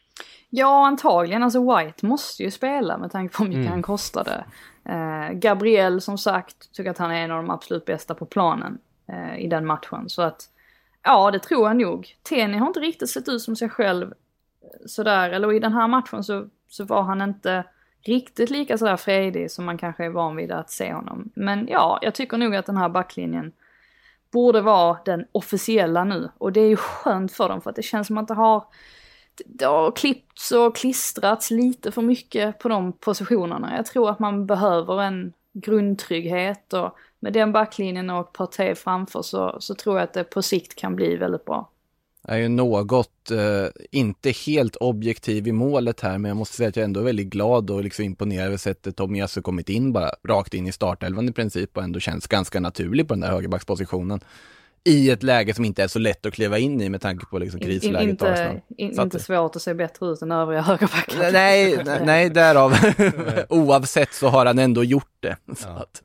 Ja, antagligen. Alltså White måste ju spela med tanke på hur mycket Mm. han kostade. Eh, Gabriel som sagt tycker att han är en av de absolut bästa på planen eh, i den matchen. Så att ja, det tror jag nog. Teni har inte riktigt sett ut som sig själv sådär. Eller i den här matchen så, så var han inte riktigt lika sådär fredig som man kanske är van vid att se honom. Men ja, jag tycker nog att den här backlinjen borde vara den officiella nu. Och det är ju skönt för dem för att det känns som att det har, det har klippts och klistrats lite för mycket på de positionerna. Jag tror att man behöver en grundtrygghet och med den backlinjen och Partey framför så, så tror jag att det på sikt kan bli väldigt bra. Jag är ju något, eh, inte helt objektiv i målet här, men jag måste säga att jag ändå är väldigt glad och liksom imponerad över sättet Tomiyasu kommit in bara rakt in i startelvan i princip och ändå känns ganska naturlig på den där högerbackspositionen. I ett läge som inte är så lätt att kliva in i med tanke på liksom krisläget. In, inte, Arsenal. in, Så inte att, svårt att se bättre ut än övriga högerbackar. nej, nej, nej, därav. Oavsett så har han ändå gjort det. Så Ja. att.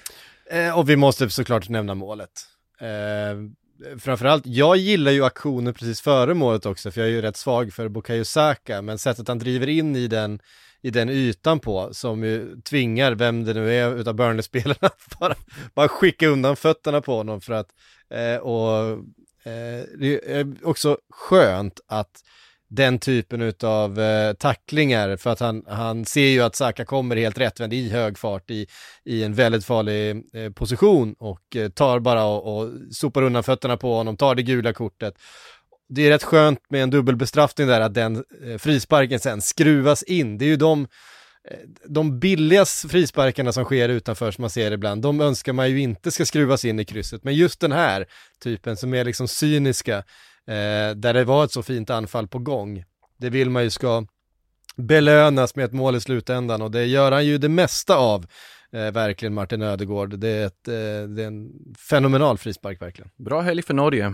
Eh, och vi måste såklart nämna målet. Eh, framförallt, jag gillar ju aktionen precis före målet också, för jag är ju rätt svag för Bukayo Saka, men sättet han driver in i den, i den ytan på, som ju tvingar vem det nu är utav Burnley-spelarna bara, bara skicka undan fötterna på honom för att, eh, och eh, det är också skönt att den typen utav eh, tacklingar, för att han, han ser ju att Saka kommer helt rättvänd i hög fart i, i en väldigt farlig eh, position och eh, tar bara och, och sopar undan fötterna på honom, tar det gula kortet. Det är rätt skönt med en dubbelbestraffning där, att den eh, frisparken sen skruvas in. Det är ju de, eh, de billigaste frisparkarna som sker utanför som man ser ibland, de önskar man ju inte ska skruvas in i krysset, men just den här typen som är liksom cyniska, Eh, där det var ett så fint anfall på gång, det vill man ju ska belönas med ett mål i slutändan, och det gör han ju det mesta av, eh, verkligen Martin Ödegård. Det är, ett, eh, det är en fenomenal frispark verkligen. Bra helg för Norge.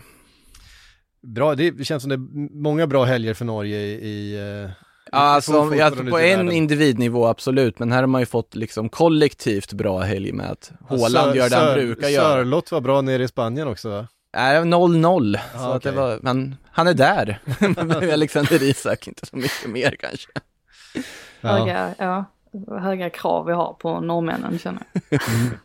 Bra, det känns som det är många bra helger för Norge i, i eh, Alltså, fotbollen alltså ute på i en världen. individnivå absolut, men här har man ju fått liksom kollektivt bra helg med att Haaland Sör- gör det han Sör- brukar göra. Sörlott var bra nere i Spanien också, va? Nej, noll noll. Så Ah, att det okej. var, men han är där. Alexander Isak, inte så mycket mer kanske. Ja. Höga, ja, höga krav vi har på norrmännen, känner jag.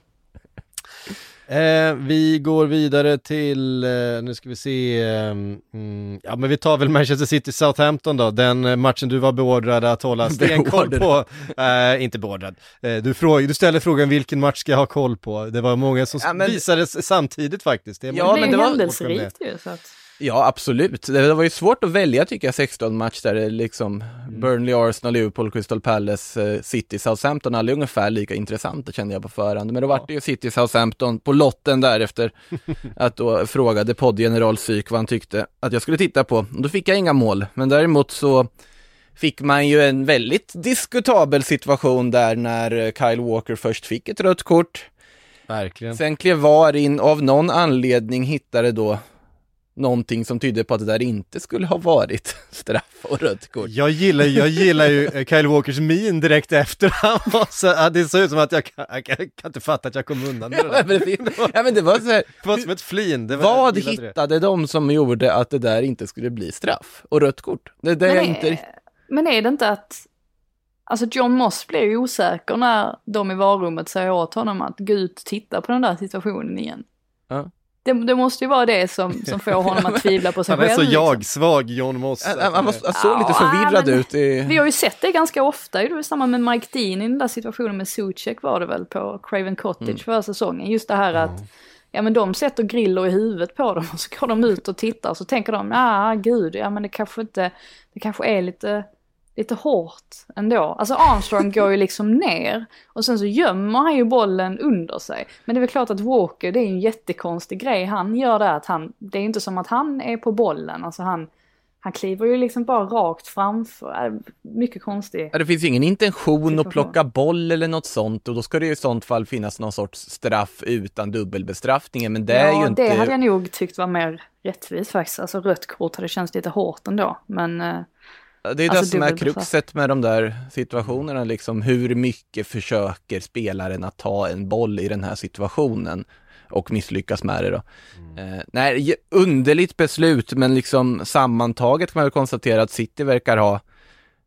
Eh, vi går vidare till, eh, nu ska vi se, eh, mm, ja men vi tar väl Manchester City Southampton då, den eh, matchen du var beordrad att hålla stenkoll på, eh, inte beordrad, eh, du, fråg, du ställde frågan vilken match ska jag ha koll på, det var många som Ja, men- visades samtidigt faktiskt. Det är Ja, många- det men är det ju var- händelserikt ju, så att... Ja, absolut. Det var ju svårt att välja tycker jag, sexton match där det är liksom Burnley, Arsenal, Liverpool, Crystal Palace, eh, City, Southampton, alla är ungefär lika intressanta kände jag på förhand. Men då var det ju City, Southampton på lotten där efter att då frågade poddgeneral Psyk vad han tyckte att jag skulle titta på. Och då fick jag inga mål, men däremot så fick man ju en väldigt diskutabel situation där när Kyle Walker först fick ett rött kort. Verkligen. Sen klev V A R in och av någon anledning hittade då någonting som tydde på att det där inte skulle ha varit straff och rött kort. Jag gillar, jag gillar ju eh, Kyle Walkers min direkt efter han var så, ja, det såg ut som att jag kan, jag kan, jag kan inte fatta att jag kom undan med det Ja, där. men det, ja, men det var så här, Det var som ett flin. Det var, vad jag gillade det. hittade de som gjorde att det där inte skulle bli straff och rött kort? Det, det Men är är, inte... men är det inte att, alltså John Moss blev ju osäker när de i varummet säger åt honom att gå ut och titta på den där situationen igen. Ja. Det, det måste ju vara det som, som får honom att tvivla på sig Han är själv. så liksom. jag-svag, John Moss. Han, han, var, han såg lite Ja, förvirrad men- ut. I... Vi har ju sett det ganska ofta, ju samma med Mike Dean i den där situationen med Soucek var det väl på Craven Cottage Mm. förra säsongen. Just det här att ja, men de sätter griller i huvudet på dem och så går de ut och tittar och så tänker de, ah gud, ja men det kanske inte, det kanske är lite, lite hårt ändå. Alltså Armstrong går ju liksom ner och sen så gömmer han ju bollen under sig. Men det är väl klart att Walker, det är ju en jättekonstig grej han gör där, att han, det är ju inte som att han är på bollen, alltså han, han kliver ju liksom bara rakt framför. Äh, Mycket konstigt. Ja, det finns ingen intention att Situation. plocka boll eller något sånt och då ska det i sånt fall finnas någon sorts straff utan dubbelbestraffningen, men det är Ja, ju inte... det hade jag nog tyckt var mer rättvist faktiskt. Alltså rött kort hade känts lite hårt ändå, men... eh, Det är Alltså, det som är dubbelbestraff. kruxet med de där situationerna, liksom hur mycket försöker spelaren att ta en boll i den här situationen och misslyckas med det då. Mm. Eh, nej, underligt beslut, men liksom sammantaget kan man väl konstatera att City verkar ha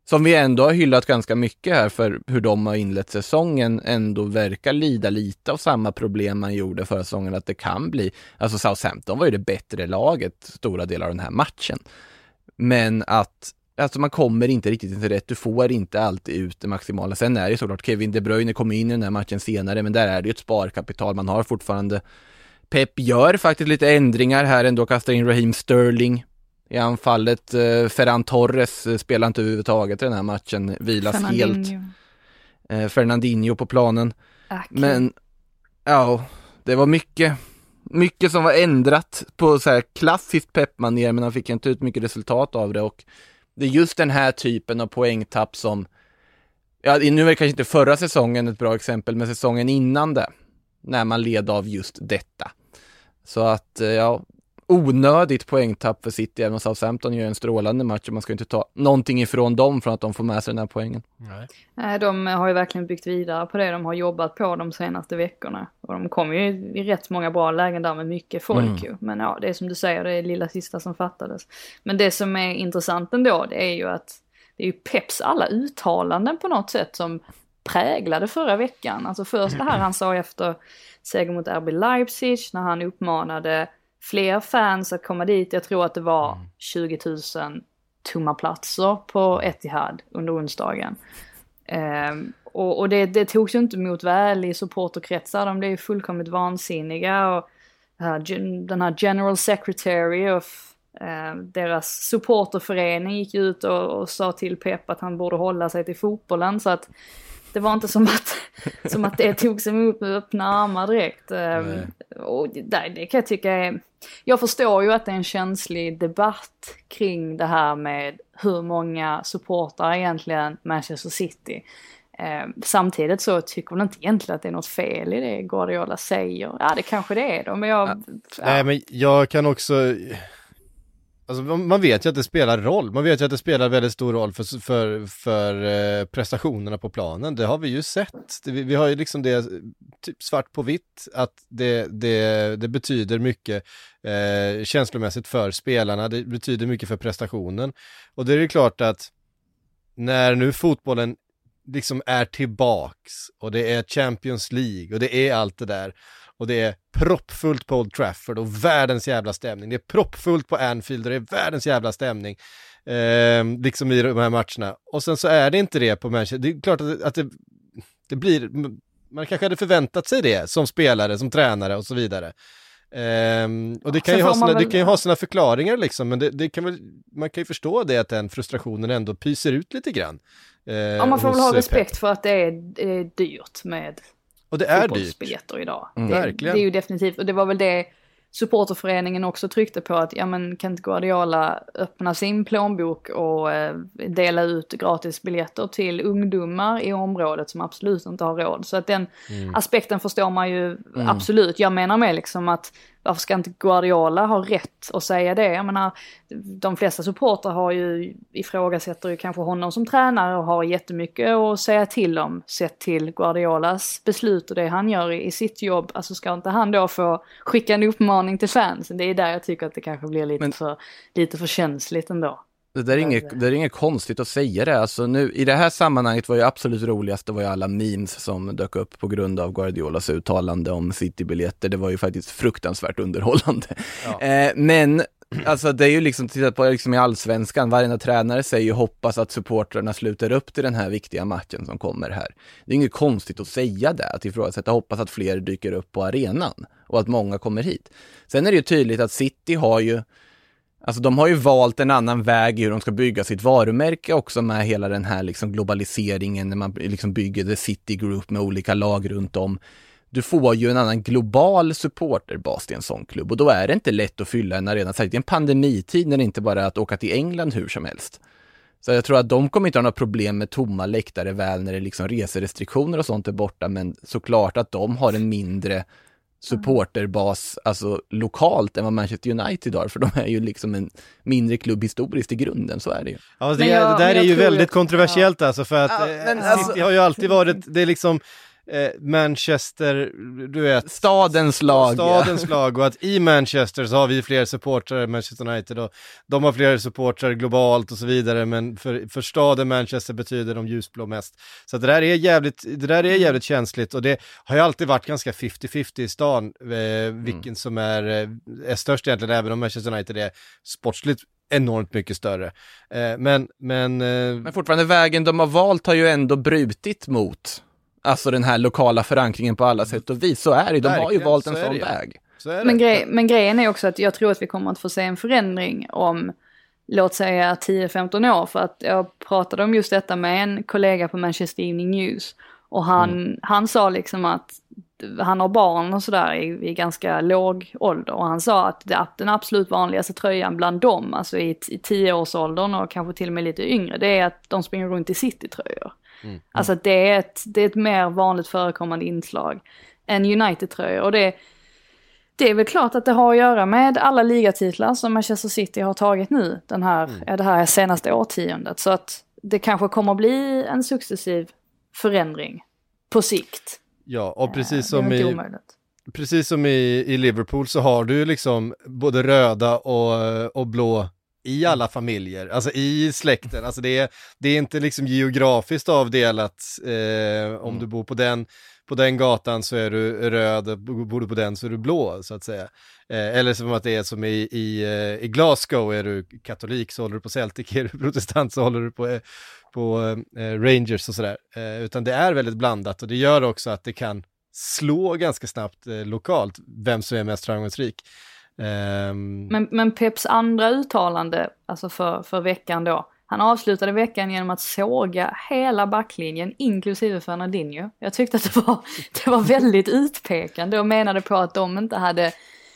som vi ändå har hyllat ganska mycket här för hur de har inlett säsongen, ändå verkar lida lite av samma problem man gjorde förra säsongen, att det kan bli, alltså Southampton var ju det bättre laget stora delar av den här matchen, men att alltså man kommer inte riktigt till rätt, du får inte alltid ut det maximala. Sen är det såklart Kevin De Bruyne kommer in i den här matchen senare, men där är det ju ett sparkapital man har fortfarande. Pep gör faktiskt lite ändringar här ändå, kastar in Raheem Sterling i anfallet. eh, Ferran Torres eh, spelar inte överhuvudtaget i den här matchen, vilas Fernandinho. helt. eh, Fernandinho på planen. Okay. Men ja, det var mycket mycket som var ändrat på så här klassiskt Pep-manér, men han fick inte ut mycket resultat av det, och det är just den här typen av poängtapp som, ja, nu är det kanske inte förra säsongen ett bra exempel, men säsongen innan det, när man led av just detta. Så att, ja, onödigt poängtapp för City, även om Southampton gör en strålande match, och man ska inte ta någonting ifrån dem från att de får med sig den här poängen. Nej. De har ju verkligen byggt vidare på det de har jobbat på de senaste veckorna. Och de kommer ju i rätt många bra lägen där med mycket folk mm. ju. Men ja, det är som du säger, det är lilla sista som fattades. Men det som är intressant ändå, det är ju att det är ju Peps alla uttalanden på något sätt som präglade förra veckan. Alltså först det här han sa efter seger mot R B Leipzig, när han uppmanade fler fans att komma dit. Jag tror att det var tjugo tusen tomma platser på Etihad under onsdagen. Um, och och det, det togs ju inte emot väl i supporterkretsar. De blev ju fullkomligt vansinniga. Och uh, den här General Secretary of uh, deras supporterförening gick ut och, och sa till Pep att han borde hålla sig till fotbollen. Så att det var inte som att, som att det togs emot med öppna armar direkt. Um, och det, det kan jag tycka är... Jag förstår ju att det är en känslig debatt kring det här med hur många supportrar egentligen Manchester City. Eh, samtidigt så tycker jag inte egentligen att det är något fel i det Guardiola säger. Ja, det kanske det är då, men jag... Ja. Ja. Nej, men jag kan också... Alltså, man vet ju att det spelar roll. Man vet ju att det spelar väldigt stor roll för, för, för eh, prestationerna på planen. Det har vi ju sett. Det, vi, vi har ju liksom det typ svart på vitt, att det, det, det betyder mycket eh, känslomässigt för spelarna. Det betyder mycket för prestationen. Och det är ju klart att när nu fotbollen liksom är tillbaks och det är Champions League och det är allt det där, och det är proppfullt på Old Trafford och världens jävla stämning. Det är proppfullt på Anfield och det är världens jävla stämning. Eh, liksom i de här matcherna. Och sen så är det inte det på Manchester. Det är klart att, det, att det, det blir... Man kanske hade förväntat sig det som spelare, som tränare och så vidare. Eh, och det kan, ju ha, sina, väl... det kan ju ha sina förklaringar liksom. Men det, det kan väl, man kan ju förstå det, att den frustrationen ändå pyser ut lite grann. Eh, ja, man får väl ha respekt Pep. För att det är, det är dyrt med... Och det är fotbollsbiljetter idag. Mm. Det, Verkligen. Det är ju definitivt, och det var väl det supporterföreningen också tryckte på, att ja, men kan inte Guardiola öppna sin plånbok och eh, dela ut gratis biljetter till ungdomar i området som absolut inte har råd. Så att den mm. aspekten förstår man ju mm. absolut. Jag menar med liksom att varför ska inte Guardiola ha rätt att säga det? Jag menar, de flesta supportrar har ju ifrågasätter ju kanske honom som tränare och har jättemycket att säga till om, sett till Guardiolas beslut och det han gör i, i sitt jobb. Alltså ska inte han då få skicka en uppmaning till fans? Det är där jag tycker att det kanske blir lite, Men... för, lite för känsligt ändå. Det där är inget, det är inget konstigt att säga det. Alltså nu, i det här sammanhanget var ju absolut roligast, det var ju alla memes som dök upp på grund av Guardiolas uttalande om City-biljetter. Det var ju faktiskt fruktansvärt underhållande. Ja. Eh, men alltså det är ju liksom, titta på liksom i allsvenskan, varje tränare säger ju hoppas att supportrarna sluter upp till den här viktiga matchen som kommer här. Det är inget konstigt att säga det, att ifrågasätta, hoppas att fler dyker upp på arenan och att många kommer hit. Sen är det ju tydligt att City har ju Alltså de har ju valt en annan väg i hur de ska bygga sitt varumärke också, med hela den här liksom globaliseringen när man liksom bygger The City Group med olika lag runt om. Du får ju en annan global supporterbas till en sån klubb, och då är det inte lätt att fylla en arena. Särskilt i en pandemitid när det inte bara är att åka till England hur som helst. Så jag tror att de kommer inte ha några problem med tomma läktare väl när det liksom reserestriktioner och sånt är borta, men såklart att de har en mindre supporterbas alltså lokalt än vad Manchester United har, för de är ju liksom en mindre klubb historiskt i grunden, så är det ju. Ja, det, jag, det där är ju väldigt jag, kontroversiellt ja. alltså, för att ja, men, eh, City alltså, har ju alltid varit, det är liksom eh, Manchester, du vet. Stadens lag. Stadens ja. lag, och att i Manchester så har vi fler supportrar än Manchester United, och de har fler supportrar globalt och så vidare, men för, för staden Manchester betyder de ljusblå mest. Så det där är jävligt, det där är jävligt känsligt, och det har ju alltid varit ganska fifty-fifty i stan, eh, vilken mm. som är, är störst egentligen, även om Manchester United är sportsligt enormt mycket större. Eh, men, men, eh... men fortfarande vägen de har valt har ju ändå brutit mot alltså den här lokala förankringen på alla sätt och vis. Så är det, de verkligen, har ju valt en så sån väg. Så men, grej, men grejen är också att jag tror att vi kommer att få se en förändring om, låt säga tio femton år, för att jag pratade om just detta med en kollega på Manchester Evening News, och han, mm. han sa liksom att han har barn och sådär i, i ganska låg ålder, och han sa att det, den absolut vanligaste tröjan bland dem, alltså i, i tioårsåldern och kanske till och med lite yngre, det är att de springer runt i citytröjor. Mm. Alltså det är, ett, det är ett mer vanligt förekommande inslag än United-tröjor, och det, det är väl klart att det har att göra med alla ligatitlar som Manchester City har tagit nu den här, mm. det här senaste årtiondet, så att det kanske kommer att bli en successiv förändring på sikt. Ja, och precis som i, precis som i, i Liverpool så har du liksom både röda och, och blå i alla familjer, alltså i släkten. Alltså det är, det är inte liksom geografiskt avdelat, eh, om mm. du bor på den, på den gatan så är du röd, bor du på den så är du blå, så att säga. Eh, eller som att det är som i, i, i Glasgow, är du katolik så håller du på Celtic, är du protestant så håller du på, på eh, Rangers och sådär. Eh, utan det är väldigt blandat, och det gör också att det kan slå ganska snabbt eh, lokalt vem som är mest framgångsrik. Um... Men, men Peps andra uttalande, alltså för, för veckan då, han avslutade veckan genom att såga hela backlinjen inklusive Fernandinho. Jag tyckte att det var, det var väldigt utpekande, och menade på att de inte hade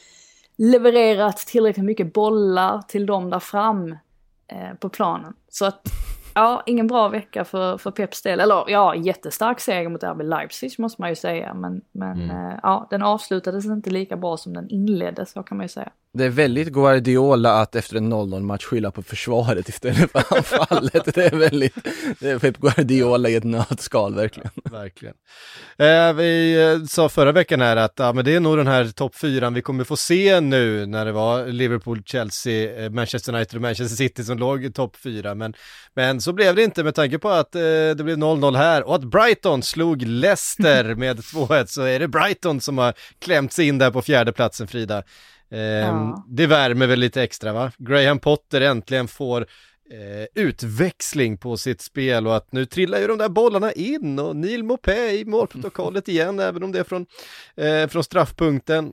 levererat tillräckligt mycket bollar till dem där fram eh, på planen. Så att ja, ingen bra vecka för, för Peps del. Eller ja, jättestark seger mot R B Leipzig måste man ju säga. Men, men mm. eh, ja, den avslutades inte lika bra som den inleddes, så kan man ju säga. Det är väldigt Guardiola att efter en noll noll-match skylla på försvaret istället för anfallet. Det är väldigt, det är Pep Guardiola i ett nötskal, verkligen. Verkligen. Eh, vi eh, sa förra veckan här att ja, men det är nog den här topp fyran vi kommer få se nu, när det var Liverpool, Chelsea, eh, Manchester United och Manchester City som låg i topp fyra. Men, men så blev det inte, med tanke på att eh, det blev noll noll här, och att Brighton slog Leicester med två ett, så är det Brighton som har klämt sig in där på fjärde platsen, Frida. Eh, ja. Det värmer väl lite extra, va? Graham Potter äntligen får eh, utväxling på sitt spel, och att nu trillar ju de där bollarna in, och Neil Maupay i målprotokollet igen, även om det är från, eh, från straffpunkten.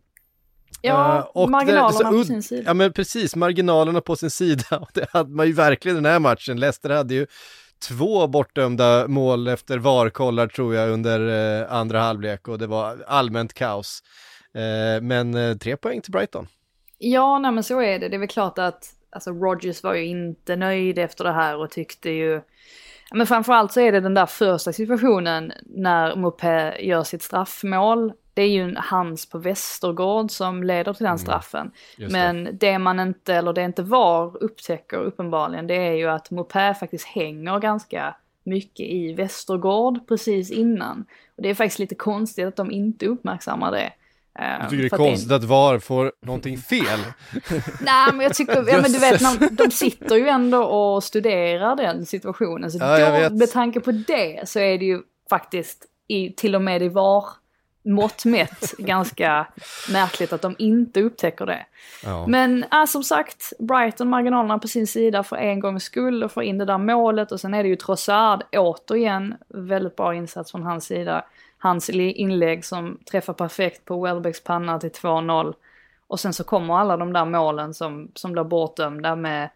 Ja, uh, och marginalerna det, så, på sin sida. Ja, men precis, marginalerna på sin sida, och det hade man ju verkligen den här matchen. Leicester hade ju två bortdömda mål efter varkollar, tror jag, under eh, andra halvlek, och det var allmänt kaos. Eh, men eh, tre poäng till Brighton. Ja, nej, men så är det. Det är väl klart att alltså, Rodgers var ju inte nöjd efter det här och tyckte ju... Men framförallt så är det den där första situationen när Maupay gör sitt straffmål. Det är ju en hands på Westergaard som leder till den straffen. Mm, men det. det man inte, eller det inte var upptäcker uppenbarligen, det är ju att Maupay faktiskt hänger ganska mycket i Westergaard precis innan. Och det är faktiskt lite konstigt att de inte uppmärksammar det. Jag tycker det är konstigt att, det... att V A R får någonting fel. Nej, men jag tycker, ja, men du vet, när, de sitter ju ändå och studerar den situationen. Så ja, då, med tanke på det, så är det ju faktiskt i, till och med i V A R mått mätt ganska märkligt att de inte upptäcker det. Ja. Men äh, som sagt, Brighton, marginalerna på sin sida för en gångs skull, och får in det där målet, och sen är det ju Trossard återigen, väldigt bra insats från hans sida. Hans inlägg som träffar perfekt på Welbecks panna till två noll. Och sen så kommer alla de där målen som, som blir bortdömda med...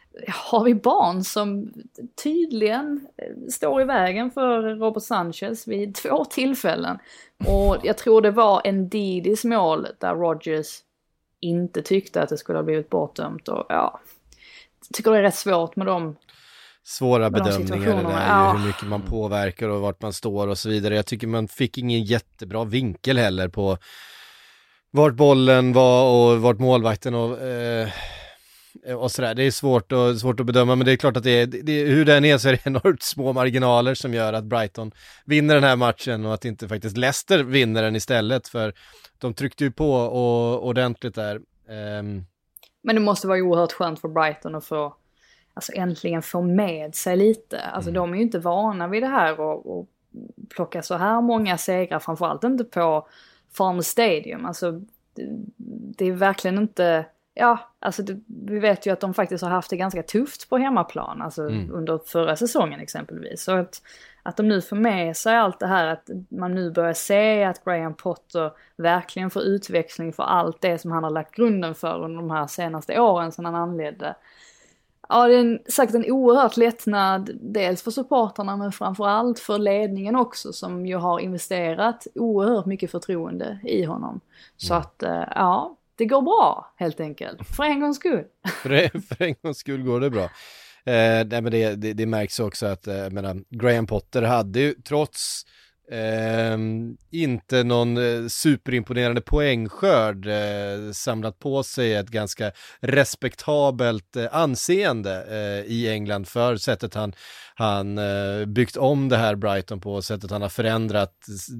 Har vi barn som tydligen står i vägen för Robert Sanchez vid två tillfällen. Och jag tror det var en Didis mål där Rodgers inte tyckte att det skulle ha blivit bortdömt. Och ja, jag tycker det är rätt svårt med dem. Svåra bedömningar, det där, ja. Hur mycket man påverkar och vart man står och så vidare. Jag tycker man fick ingen jättebra vinkel heller på vart bollen var och vart målvakten och... Eh... och sådär. Det är svårt, och, svårt att bedöma, men det är klart att det är, det, hur den är så är det enormt små marginaler som gör att Brighton vinner den här matchen och att inte faktiskt Leicester vinner den istället, för de tryckte ju på och, ordentligt där. Um... Men det måste vara oerhört skönt för Brighton att få, alltså äntligen få med sig lite. Alltså mm. de är ju inte vana vid det här och, och plocka så här många segrar, framförallt inte på Farmers Stadium. Alltså det, det är verkligen inte, ja, alltså det, vi vet ju att de faktiskt har haft det ganska tufft på hemmaplan, alltså mm. under förra säsongen exempelvis. Så att, att de nu får med sig allt det här, att man nu börjar se att Graham Potter verkligen får utväxling för allt det som han har lagt grunden för under de här senaste åren sedan han anledde. Ja, det är en, sagt en oerhört lättnad, dels för supporterna men framförallt för ledningen också, som ju har investerat oerhört mycket förtroende i honom. Så mm. att, ja, det går bra helt enkelt, för en gångs skull. för, för en gångs skull går det bra. Eh, nej, men det, det, det märks också att eh, menar, Graham Potter hade ju trots eh, inte någon eh, superimponerande poängskörd eh, samlat på sig ett ganska respektabelt eh, anseende eh, i England för sättet han, han eh, byggt om det här Brighton på, sättet han har förändrat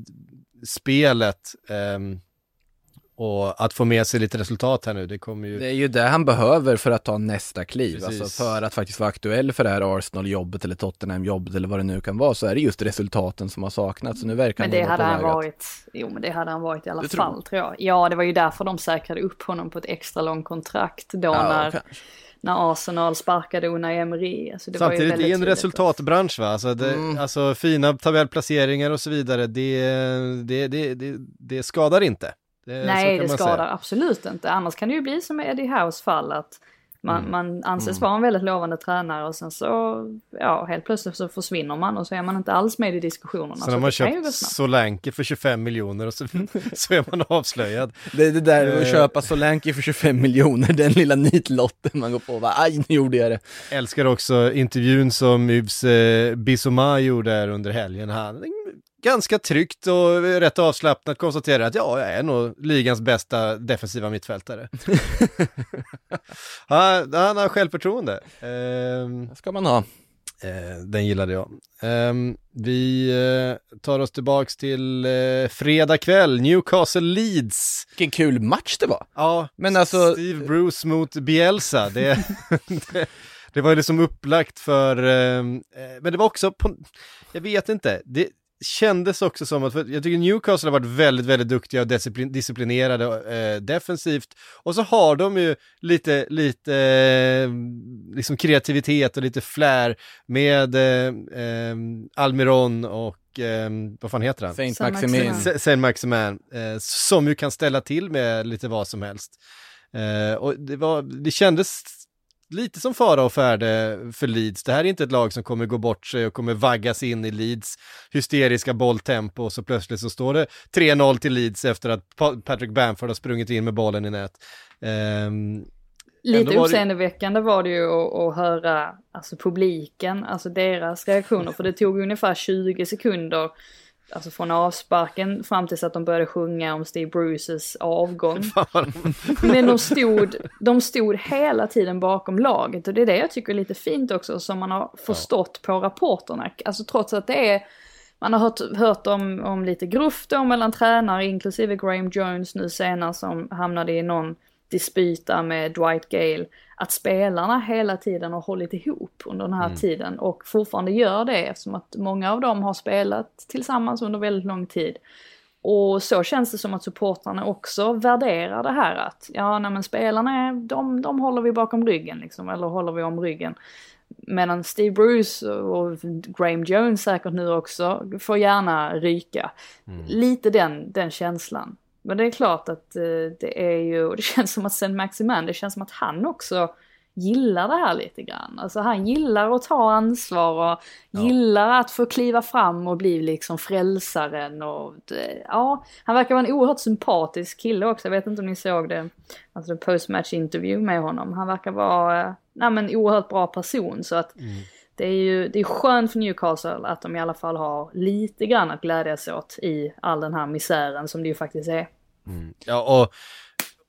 spelet eh, och att få med sig lite resultat här nu, det kommer ju... Det är ju det han behöver för att ta nästa kliv. Alltså för att faktiskt vara aktuell för det här Arsenal-jobbet eller Tottenham-jobbet eller vad det nu kan vara, så är det just resultaten som har saknats. Så nu verkar men det hade han varit, jo men det hade han varit i alla du fall tror. tror jag. Ja, det var ju därför de säkrade upp honom på ett extra långt kontrakt då ja, när... Kanske. När Arsenal sparkade Unai Emery. Alltså det samtidigt var ju i en resultatbransch va? Alltså, det, mm. alltså fina tabellplaceringar och så vidare, det, det, det, det, det skadar inte. Det, nej, det skadar säga. Absolut inte. Annars kan det ju bli som Eddie Howe's fall, att man, mm. man anses mm. vara en väldigt lovande tränare och sen så, ja, helt plötsligt så försvinner man och så är man inte alls med i diskussionerna. Sen har man köpt Solanke för tjugofem miljoner och så, så är man avslöjad. Det är det där att köpa Solanke för tjugofem miljoner, den lilla nitlotten man går på och bara, aj, nu gjorde jag det. Älskar också intervjun som Yves eh, Bissouma gjorde där under helgen. Han ganska tryggt och rätt avslappnat konstaterar att ja, jag är nog ligans bästa defensiva mittfältare. han, han har självförtroende. Eh, det ska man ha. Eh, den gillade jag. Eh, vi eh, tar oss tillbaks till eh, fredag kväll, Newcastle Leeds. Vilken kul match det var. Ja, men alltså Steve Bruce mot Bielsa. Det, det, det var ju liksom upplagt för eh, men det var också på, jag vet inte, det kändes också som att, för jag tycker Newcastle har varit väldigt, väldigt duktiga och disciplin, disciplinerade eh, defensivt, och så har de ju lite, lite eh, liksom kreativitet och lite flär med eh, eh, Almiron och eh, vad fan heter han? Saint Maximin. Saint Maximin, eh, som ju kan ställa till med lite vad som helst. Eh, och det, var, det kändes lite som fara och färde för Leeds. Det här är inte ett lag som kommer gå bort sig och kommer vaggas in i Leeds hysteriska bolltempo, och så plötsligt så står det tre noll till Leeds efter att Patrick Bamford har sprungit in med bollen i nät. Um, lite uppseendeväckande var det ju att, att höra alltså publiken, alltså deras reaktioner, för det tog ungefär tjugo sekunder alltså från avsparken fram tills att de började sjunga om Steve Bruces avgång. Men de stod, de stod hela tiden bakom laget, och det är det jag tycker är lite fint också, som man har förstått på rapporterna. Alltså trots att det är, man har hört, hört om, om lite gruft då mellan tränare, inklusive Graham Jones nu senare som hamnade i någon dispyta med Dwight Gale, att spelarna hela tiden har hållit ihop under den här mm. tiden och fortfarande gör det, eftersom att många av dem har spelat tillsammans under väldigt lång tid. Och så känns det som att supportrarna också värderar det här, att ja, nej, men spelarna är, de, de håller vi bakom ryggen liksom, eller håller vi om ryggen. Medan Steve Bruce och Graham Jones säkert nu också får gärna ryka. Mm. Lite den, den känslan. Men det är klart att eh, det är ju, och det känns som att Saint Maximin, det känns som att han också gillar det här lite grann. Alltså han gillar att ta ansvar och ja. gillar att få kliva fram och bli liksom frälsaren. Och det, ja, han verkar vara en oerhört sympatisk kille också. Jag vet inte om ni såg det, alltså en postmatch interview med honom. Han verkar vara eh, nej, men en oerhört bra person, så att mm. det är ju det är skönt för Newcastle att de i alla fall har lite grann att glädjas åt i all den här misären som det ju faktiskt är. Mm. Ja, och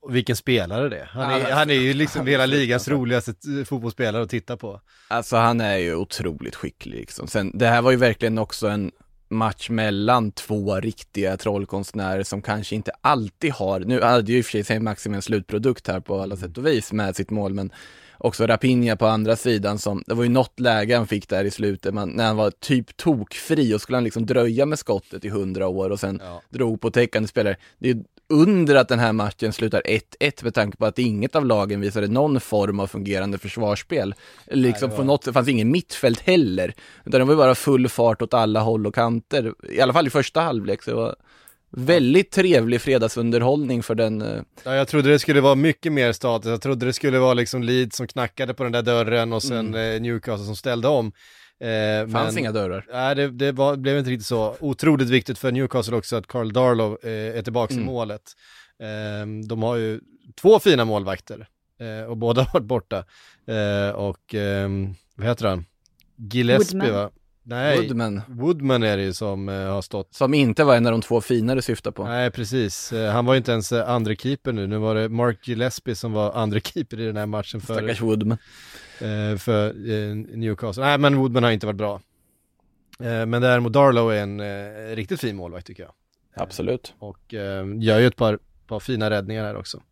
Och vilken spelare det är. Han är, han är ju liksom hela ligans roligaste fotbollsspelare att titta på. Alltså han är ju otroligt skicklig liksom. Sen, det här var ju verkligen också en match mellan två riktiga trollkonstnärer som kanske inte alltid har, nu hade ju i och för sig Saint Maxim en slutprodukt här på alla sätt och vis med sitt mål, men också Rapinha på andra sidan som, det var ju något läge han fick där i slutet, man, när han var typ tokfri och skulle han liksom dröja med skottet i hundra år och sen ja. drog på täckande spelare. Det är under att den här matchen slutar ett ett med tanke på att inget av lagen visade någon form av fungerande försvarsspel. Liksom Nej, var... på något, det fanns ingen mittfält heller. Utan det var bara full fart åt alla håll och kanter. I alla fall i första halvlek. Så det var väldigt trevlig fredagsunderhållning för den. Ja, jag trodde det skulle vara mycket mer status. Jag trodde det skulle vara liksom Leeds som knackade på den där dörren och sen mm. Newcastle som ställde om. Eh, fanns men, inga dörrar. Nej, det, det var, blev inte riktigt så. Otroligt viktigt för Newcastle också att Carl Darlow eh, är tillbaka mm. i målet. Eh, de har ju två fina målvakter eh, och båda har varit borta. Eh, och eh, vad heter han? Gillespie Woodman. va? Nej, Woodman. Woodman är det ju som eh, har stått. Som inte var en av de två fina du syftar på. Nej, precis. Eh, han var ju inte ens eh, andra keeper nu. Nu var det Mark Gillespie som var andra keeper i den här matchen. För, Stackars Woodman. Eh, för eh, Newcastle. Nej, men Woodman har inte varit bra. Eh, men däremot Darlow är en eh, riktigt fin målvakt tycker jag. Absolut. Och eh, gör ju ett par, par fina räddningar här också.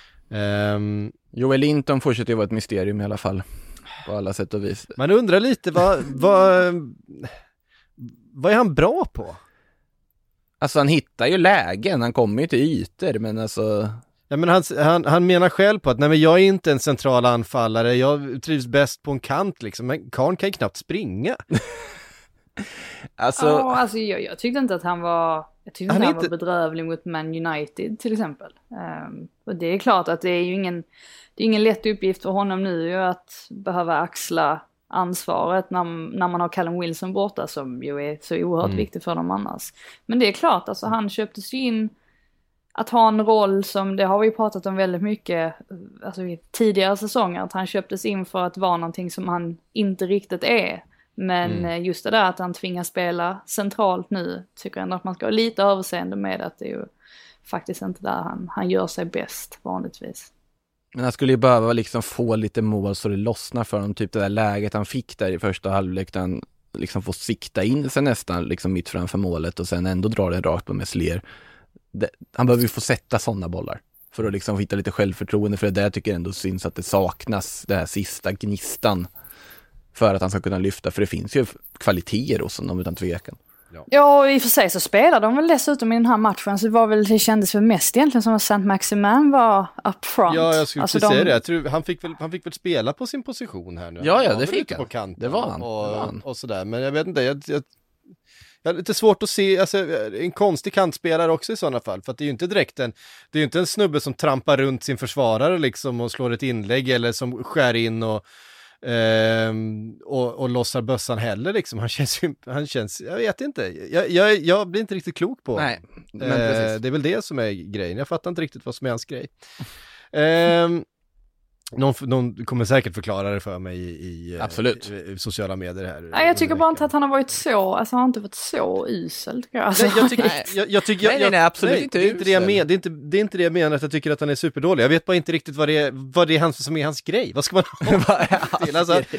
Um, Joel Linton fortsätter ju vara ett mysterium i alla fall. På alla sätt och vis. Man undrar lite, vad, vad, vad är han bra på? Alltså han hittar ju lägen, han kommer ju till ytor, men alltså... Ja, men han, han, han menar själv på att nej, men jag är inte en central anfallare, jag trivs bäst på en kant liksom, men Karn kan ju knappt springa. alltså, ja, alltså jag, jag tyckte inte att han var jag tyckte han, inte han inte... var bedrövlig mot Man United till exempel. Um, och det är klart att det är ju ingen det är ingen lätt uppgift för honom nu att behöva axla ansvaret när, när man har Callum Wilson borta som ju är så oerhört mm. viktig för dem annars. Men det är klart, alltså han köptes in att ha en roll som, det har vi pratat om väldigt mycket alltså i tidigare säsonger, att han köptes in för att vara någonting som han inte riktigt är. Men mm. just det där att han tvingas spela centralt nu tycker jag ändå att man ska ha lite överseende med att det är ju faktiskt inte där han, han gör sig bäst vanligtvis. Men han skulle ju behöva liksom få lite mål så det lossnar för honom, typ det där läget han fick där i första halvlek där han liksom får sikta in sig nästan liksom mitt framför målet och sen ändå dra den rakt på Meslier. Det, han behöver ju få sätta sådana bollar för att liksom hitta lite självförtroende, för det där tycker jag ändå syns att det saknas det här sista gnistan för att han ska kunna lyfta, för det finns ju kvaliteter hos honom utan tvekan. Ja. ja, i och för sig så spelade de väl dessutom i den här matchen, så det var väl, det kändes väl mest egentligen som att Saint Maximin var up front. Ja, jag skulle alltså säga de... det. Jag tror, han, fick väl, han fick väl spela på sin position här nu. Ja, ja, han det fick han. På kanten det var han. Och, det var han. Och sådär, men jag vet inte, jag, jag, jag har lite svårt att se, alltså en konstig kantspelare också i sådana fall, för att det är ju inte direkt en, det är ju inte en snubbe som trampar runt sin försvarare liksom och slår ett inlägg eller som skär in och Ehm, och, och lossar bössan heller liksom. Han känns ju, han känns, jag vet inte, jag, jag, jag blir inte riktigt klok på. Nej, men ehm, det är väl det som är grejen, jag fattar inte riktigt vad som är hans grej. ehm, någon, någon kommer säkert förklara det för mig i, i, Absolut. i, i sociala medier här. Nej, jag tycker bara inte att han har varit så, alltså han har inte varit så usel tycker jag. Alltså, nej, jag tycker, jag, jag tycker, jag, nej, nej, nej, absolut nej, inte det är inte det jag menar, det är inte, det är inte det jag menar att jag tycker att han är superdålig. Jag vet bara inte riktigt vad det är, vad det är hans, som är hans grej. Vad ska man ha till? Alltså, han,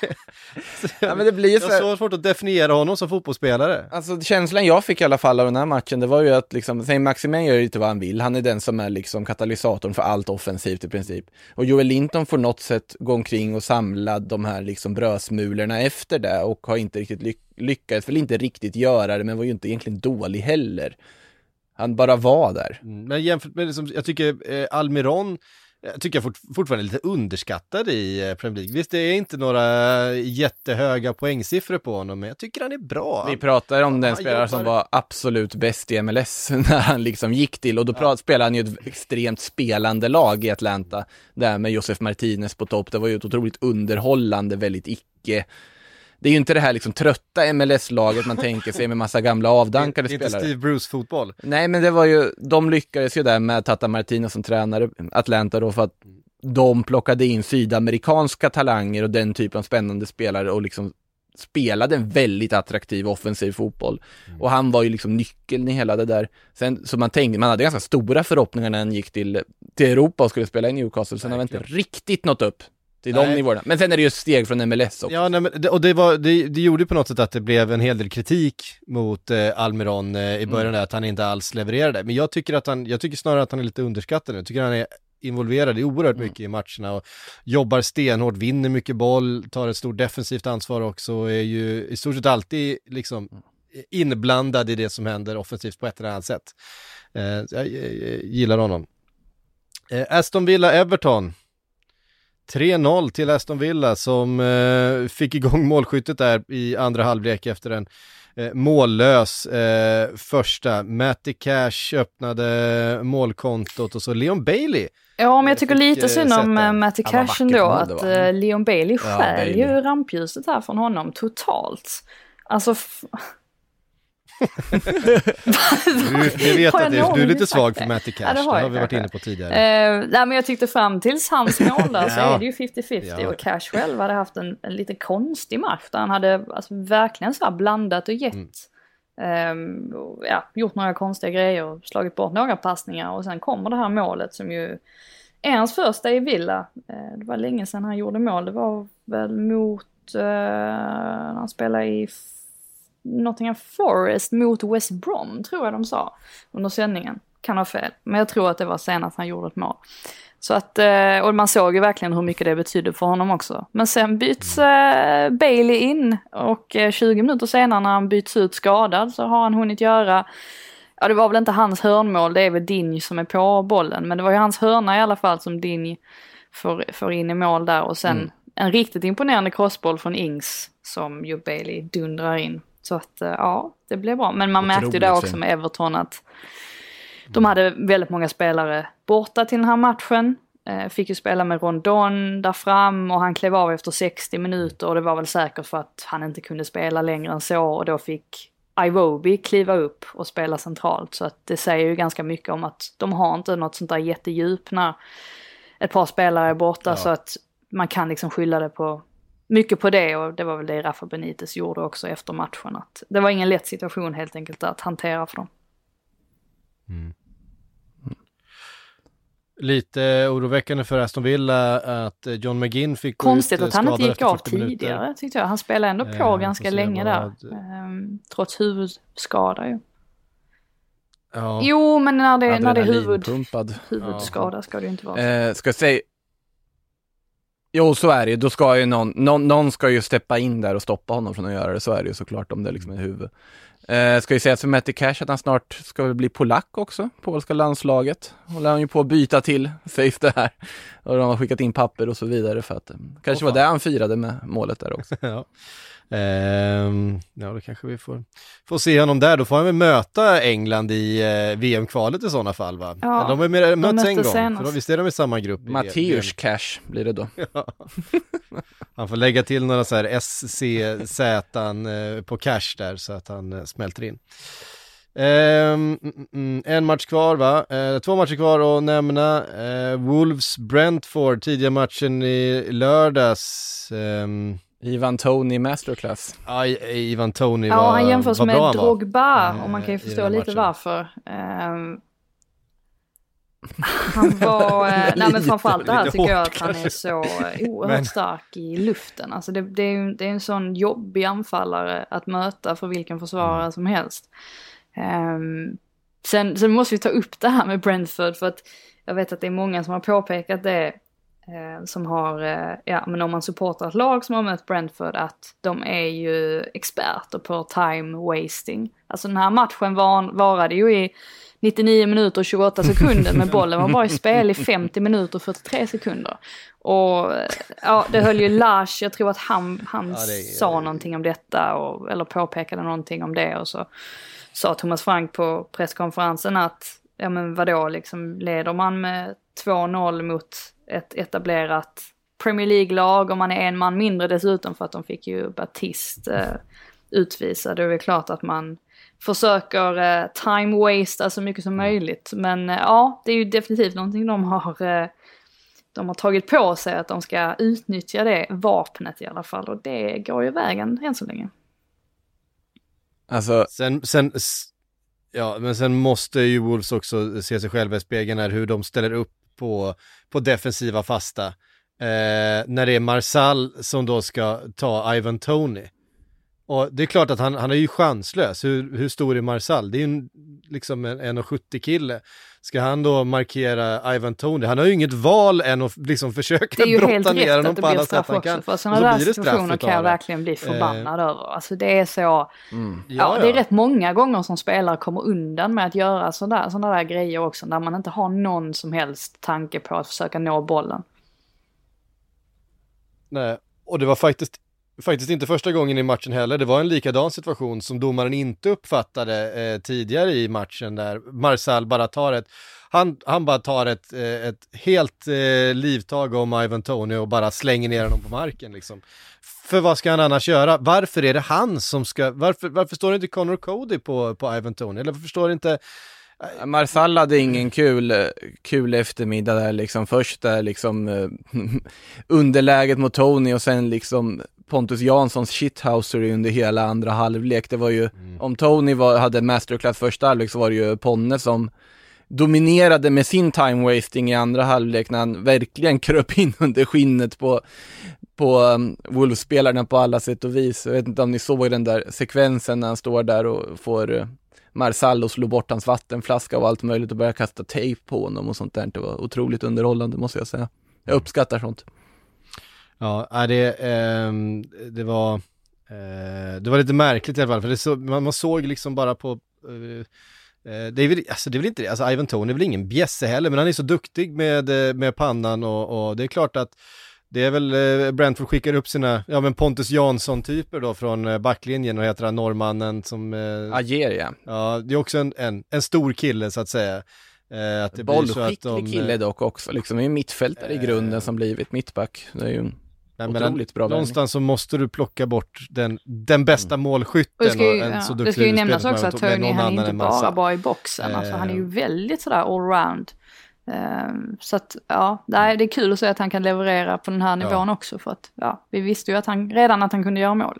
ja, men det blir så... Jag har så svårt att definiera honom som fotbollsspelare. Alltså känslan jag fick i alla fall av den här matchen, det var ju att liksom, Saint Maximin gör lite vad han vill. Han är den som är liksom katalysatorn för allt offensivt i princip. Och Joel Linton får något sätt gå omkring och samla de här liksom brödsmulorna efter det och har inte riktigt lyck- lyckats, väl inte riktigt göra det, men var ju inte egentligen dålig heller. Han bara var där. Mm, men jämfört med liksom, jag tycker eh, Almiron jag tycker jag fort, fortfarande är lite underskattad i eh, Premier League. Visst, det är inte några jättehöga poängsiffror på honom, men jag tycker han är bra. Vi pratar om den han spelare jobbar... som var absolut bäst i M L S när han liksom gick till, och då ja. spelade han ju ett extremt spelande lag i Atlanta, där med Josef Martinez på topp. Det var ju ett otroligt underhållande, väldigt icke... Det är ju inte det här liksom trötta M L S-laget man tänker sig med massa gamla avdankade spelare. Det är inte Steve Bruce-fotboll. Nej, men det var ju, de lyckades ju där med Tata Martino som tränare Atlanta då, för att de plockade in sydamerikanska talanger och den typen av spännande spelare och liksom spelade en väldigt attraktiv offensiv fotboll. Mm. Och han var ju liksom nyckeln i hela det där. Sen, så man tänkte, man hade ganska stora förhoppningar när han gick till, till Europa och skulle spela i Newcastle. Sen har vi inte riktigt nått upp till de nivåerna. Men sen är det ju steg från M L S också. Ja, nej, men det, och det, var, det, det gjorde på något sätt att det blev en hel del kritik mot eh, Almiron eh, i början, mm. där, att han inte alls levererade. Men jag tycker, att han, jag tycker snarare att han är lite underskattad nu. Jag tycker han är involverad i oerhört mm. mycket i matcherna och jobbar stenhårt, vinner mycket boll, tar ett stort defensivt ansvar också och är ju i stort sett alltid liksom inblandad i det som händer offensivt på ett eller annat sätt. Eh, jag, jag, jag gillar honom. Eh, Aston Villa Everton. tre noll till Aston Villa som eh, fick igång målskyttet där i andra halvlek efter en eh, mållös eh, första. Matty Cash öppnade målkontot och så Leon Bailey. Ja, men jag tycker lite synd om äh, Matty Cash ändå, att äh, Leon Bailey ja, skäl Bailey. ju rampljuset här från honom totalt. Alltså... F- du, du vet att du, du är lite svag för Matty Cash, ja, det har, det har vi varit inne på tidigare. Eh, nej, men jag tyckte fram tills hans mål där så ja. är det ju femtio femtio ja. och Cash själv hade haft en, en lite konstig match där han hade alltså, verkligen så här blandat och gett mm. Um, ja, gjort några konstiga grejer och slagit bort några passningar och sen kommer det här målet som ju är hans första i Villa. Uh, det var länge sedan han gjorde mål, det var väl mot uh, när han spelade i F- Nottingham Forest mot West Brom tror jag de sa under sändningen, kan ha fel, men jag tror att det var senast han gjorde ett mål. Så att, och man såg ju verkligen hur mycket det betydde för honom också. Men sen byts uh, Bailey in och uh, tjugo minuter senare när han byts ut skadad så har han hunnit göra, ja det var väl inte hans hörnmål, det är väl Digne som är på bollen, men det var ju hans hörna i alla fall som Digne får, får in i mål där och sen mm. en riktigt imponerande crossboll från Ings som ju Bailey dundrar in. Så att uh, ja, det blev bra. Men man Otroligt märkte ju där också med Everton att de hade väldigt många spelare borta till den här matchen. Eh, fick ju spela med Rondon där fram och han klev av efter sextio minuter och det var väl säkert för att han inte kunde spela längre än så och då fick Iwobi kliva upp och spela centralt. Så att det säger ju ganska mycket om att de har inte något sånt där jättedjup när ett par spelare är borta, ja. Så att man kan liksom skylla det på mycket på det och det var väl det Rafa Benitez gjorde också efter matchen. Att det var ingen lätt situation helt enkelt att hantera för dem. Mm. Lite oroväckande för Aston Villa att John McGinn fick konstigt gå ut att han inte gick av minuter. tidigare tyckte jag. Han spelade ändå på eh, ganska länge där. Um, trots huvudskada ju. Ja. Jo, men när det, när det är huvud, huvudskada ja. Ska det ju inte vara så. Eh, ska jag säga Jo, så är det ju. Då ska ju någon, någon, någon ska ju steppa in där och stoppa honom från att göra det. Så är det ju såklart om det liksom är huvud. Eh, ska ju säga för Matty Cash att han snart ska bli polack också, polska landslaget. Håller han ju på att byta till, sägs det här. Och de har skickat in papper och så vidare för att kanske oh, var det han firade med målet där också. ja. Ehm, ja, då kanske vi får, får se honom där. Då får han väl möta England i eh, V M-kvalet i sådana fall, va? Ja, de har med, möts en gång, senast. för då, visst är de i samma grupp. Matteus Cash blir det då. Ja. Han får lägga till några så här S C Z eh, på Cash där så att han eh, smälter in. Um, mm, en match kvar, va? Uh, två matcher kvar att nämna. uh, Wolves Brentford, tidiga matchen i lördags. um, Ivan Toney Masterclass. Ja, Ivan Toney ja, var, han jämförs med bra, Drogba uh, och man kan ju förstå lite matchen. Varför. Uh, han var, uh, nej men framförallt det här tycker jag att han är så oerhört men... stark i luften. Alltså det, det, är ju, det är en sån jobbig anfallare att möta för vilken försvarare mm. som helst. Um, sen, sen måste vi ta upp det här med Brentford, för att jag vet att det är många som har påpekat det eh, som har, eh, ja men om man supportar ett lag som har mött Brentford, att de är ju experter på time wasting. Alltså den här matchen var, varade ju i nittionio minuter och tjugoåtta sekunder, med bollen var bara i spel i femtio minuter och fyrtiotre sekunder. Och ja, det höll ju Lars, jag tror att han, han ja, det, sa ja, någonting om detta och, eller påpekade någonting om det, och så sa Thomas Frank på presskonferensen att ja men vadå, liksom leder man med två noll mot ett etablerat Premier League-lag och man är en man mindre dessutom för att de fick ju Baptiste eh, utvisad, det är väl klart att man försöker eh, time waste så mycket som möjligt. Men eh, ja, det är ju definitivt någonting de har eh, de har tagit på sig, att de ska utnyttja det vapnet i alla fall, och det går ju vägen än så länge. Alltså sen, sen ja, men sen måste ju Wolves också se sig själva i spegeln här, hur de ställer upp på, på defensiva fasta. Eh, när det är Marsal som då ska ta Ivan Toney. Och det är klart att han, han är ju chanslös. Hur, hur stor är Marsal? Det är ju en, liksom en en komma sjuttio kille. Ska han då markera Ivan Toney? Han har ju inget val än att liksom försöka brotta ner honom på alla sätt han kan. För sådana där situationer kan jag verkligen bli förbannad eh. över. Alltså det är så... Mm. Ja, ja, det är ja. rätt många gånger som spelare kommer undan med att göra sådana där, sådana där grejer också. Där man inte har någon som helst tanke på att försöka nå bollen. Nej, och det var faktiskt Faktiskt inte första gången i matchen heller. Det var en likadan situation som domaren inte uppfattade eh, tidigare i matchen där Marsal bara tar ett han, han bara tar ett, eh, ett helt eh, livtag om Ivan Toney och bara slänger ner honom på marken liksom. För vad ska han annars göra? Varför är det han som ska varför, varför står det inte Connor Cody på, på Ivan Toney? Eller förstår inte Marsal hade ingen kul, kul eftermiddag där liksom. Först där liksom uh, underläget mot Toney och sen liksom Pontus Janssons shithousery under hela andra halvlek. Det var ju, mm. om Toney var, hade masterclass första halvlek så var det ju Ponne som dominerade med sin time wasting i andra halvlek när han verkligen kröp in under skinnet på, på um, Wolves-spelarna på alla sätt och vis. Jag vet inte om ni såg den där sekvensen när han står där och får uh, Marsal och slå bort hans vattenflaska och allt möjligt och börja kasta tejp på honom och sånt där. Det var otroligt underhållande måste jag säga. Jag uppskattar sånt. Ja, det, eh, det var eh, det var lite märkligt i alla fall, för det så, man, man såg liksom bara på eh, det är väl, alltså det är väl inte det, alltså Ivan Toney är väl ingen bjässe heller, men han är så duktig med, med pannan och, och det är klart att det är väl eh, Brentford skickar upp sina, ja men Pontus Jansson-typer då från eh, backlinjen och heter han norrmannen som eh, Ager, ja. Ja, det är också en, en, en stor kille så att säga. Eh, att det bollskicklig blir så att de, kille dock också, liksom en mittfältare i grunden som blivit mittback. Det är ju en nej, otroligt bra någonstans värning. så måste du plocka bort den, den bästa mm. målskytten. Och det ska ju, och en ja, så det ska ju nämnas också att Toney, han är inte bara massa. bra i boxen. Eh. Alltså, han är ju väldigt sådär allround. Um, så att ja, det är, det är kul att se att han kan leverera på den här nivån ja. också. För att ja, vi visste ju att han, redan att han kunde göra mål.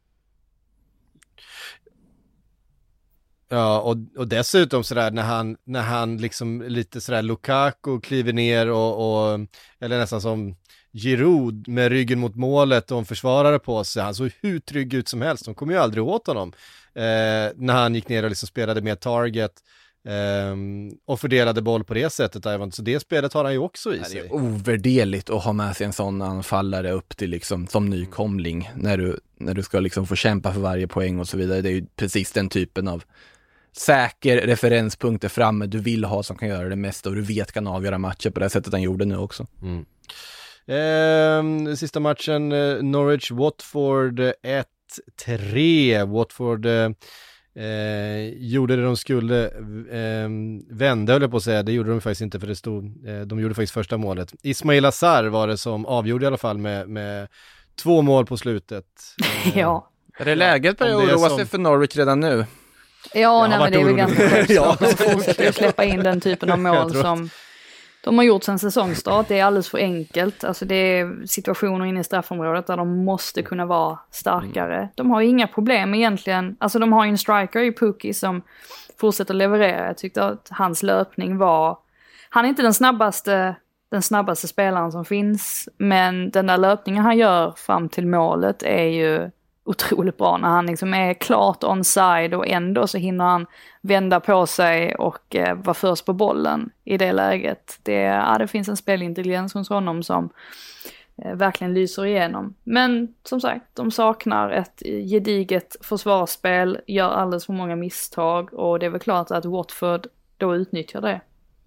Ja, och, och dessutom sådär när han, när han liksom lite sådär Lukaku kliver ner och, och eller nästan som Giroud med ryggen mot målet och en försvarare på sig. Han såg hur trygg ut som helst. De kom ju aldrig åt honom. Eh, när han gick ner och liksom spelade med target eh, och fördelade boll på det sättet. Ivan. Så det spelet har han ju också i sig. Det är ovärderligt att ha med sig en sån anfallare upp till liksom som nykomling när du, när du ska liksom få kämpa för varje poäng och så vidare. Det är ju precis den typen av säker referenspunkter framme du vill ha som kan göra det mesta och du vet kan avgöra matcher på det sättet han gjorde nu också. Mm. Eh, sista matchen eh, Norwich-Watford ett tre. Watford eh, eh, gjorde det de skulle eh, vända, höll jag på att säga. Det gjorde de faktiskt inte, för det stod, eh, de gjorde faktiskt första målet. Ismail Assar var det som avgjorde i alla fall med, med två mål på slutet. Eh, ja. Är det läget på att oroa sig för Norwich redan nu? Ja, nej, men det är väl ganska självklart. De fortsätter att släppa in den typen av mål som de har gjort sedan säsongstart. Det är alldeles för enkelt. Alltså det är situationer inne i straffområdet där de måste kunna vara starkare. De har inga problem egentligen. Alltså de har ju en striker i Pukki som fortsätter leverera. Jag tyckte att hans löpning var... Han är inte den snabbaste, den snabbaste spelaren som finns. Men den där löpningen han gör fram till målet är ju otroligt bra. När han liksom är klart onside och ändå så hinner han vända på sig och eh, vara först på bollen i det läget. Det, ja, det finns en spelintelligens hos honom som eh, verkligen lyser igenom. Men som sagt, de saknar ett gediget försvarsspel, gör alldeles för många misstag och det är väl klart att Watford då utnyttjar det.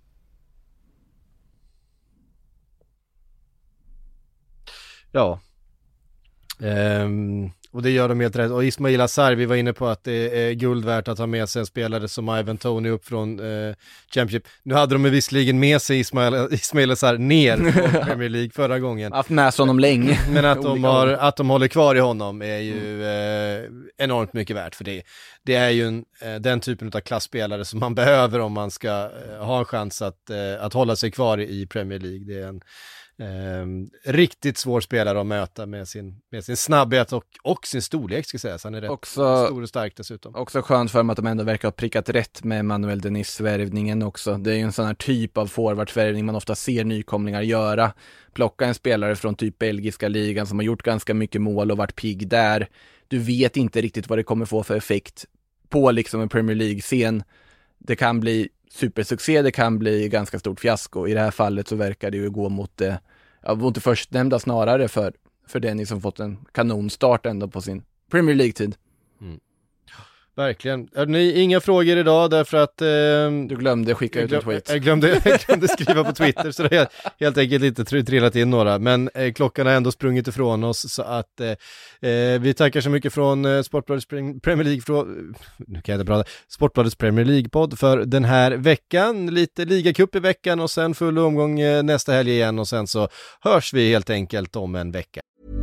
Ja. Um... Och det gör de helt rätt. Och Ismail Assar, vi var inne på att det är guld värt att ha med sig en spelare som Ivan Toney upp från eh, Championship. Nu hade de visserligen med sig Ismail, Ismail Assar ner från Premier League förra gången. Haft med sig honom länge. Men att de, har, att de håller kvar i honom är ju eh, enormt mycket värt för det. Det är ju en, eh, den typen av klassspelare som man behöver om man ska eh, ha en chans att, eh, att hålla sig kvar i Premier League. Det är en Eh, riktigt svår spelare att möta med sin, med sin snabbhet och, och sin storlek, ska jag säga. Så han är rätt också, stor och stark dessutom. Också skönt för mig att de ändå verkar ha prickat rätt med Manuel Denis-värvningen också. Det är ju en sån här typ av forwardsvärvning man ofta ser nykomlingar göra. Plocka en spelare från typ belgiska ligan som har gjort ganska mycket mål och varit pigg där. Du vet inte riktigt vad det kommer få för effekt på liksom en Premier League-scen. Det kan bli supersuccé, det kan bli ganska stort fiasko. I det här fallet så verkar det ju gå mot det, ja, mot det förstnämnda snarare för, för den som fått en kanonstart ändå på sin Premier League-tid. Mm. Verkligen. Är ni inga frågor idag därför att... Eh, du glömde skicka ut en tweet. Jag glömde, jag glömde skriva på Twitter så det har helt enkelt inte trillat in några. Men eh, klockan har ändå sprungit ifrån oss så att eh, eh, vi tackar så mycket från eh, Sportbladets Premier League från, nu kan jag inte prata, Sportbladets Premier League-podd för den här veckan. Lite ligacup i veckan och sen full omgång eh, nästa helg igen och sen så hörs vi helt enkelt om en vecka.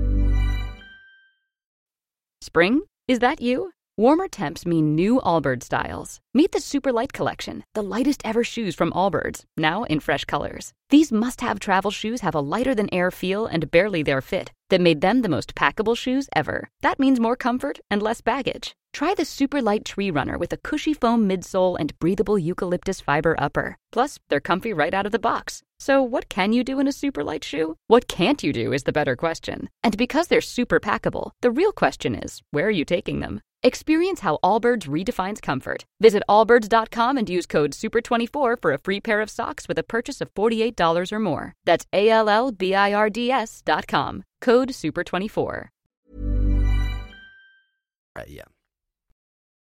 Spring? Is that you? Warmer temps mean new Allbirds styles. Meet the Superlight Collection, the lightest ever shoes from Allbirds, now in fresh colors. These must-have travel shoes have a lighter-than-air feel and barely their fit that made them the most packable shoes ever. That means more comfort and less baggage. Try the Superlight Tree Runner with a cushy foam midsole and breathable eucalyptus fiber upper. Plus, they're comfy right out of the box. So what can you do in a Superlight shoe? What can't you do is the better question. And because they're super packable, the real question is, where are you taking them? Experience how Allbirds redefines comfort. Visit allbirds dot com and use code super twenty-four for a free pair of socks with a purchase of forty-eight dollars or more. That's A L L B I R D S dot com. Code super twenty-four. Igen.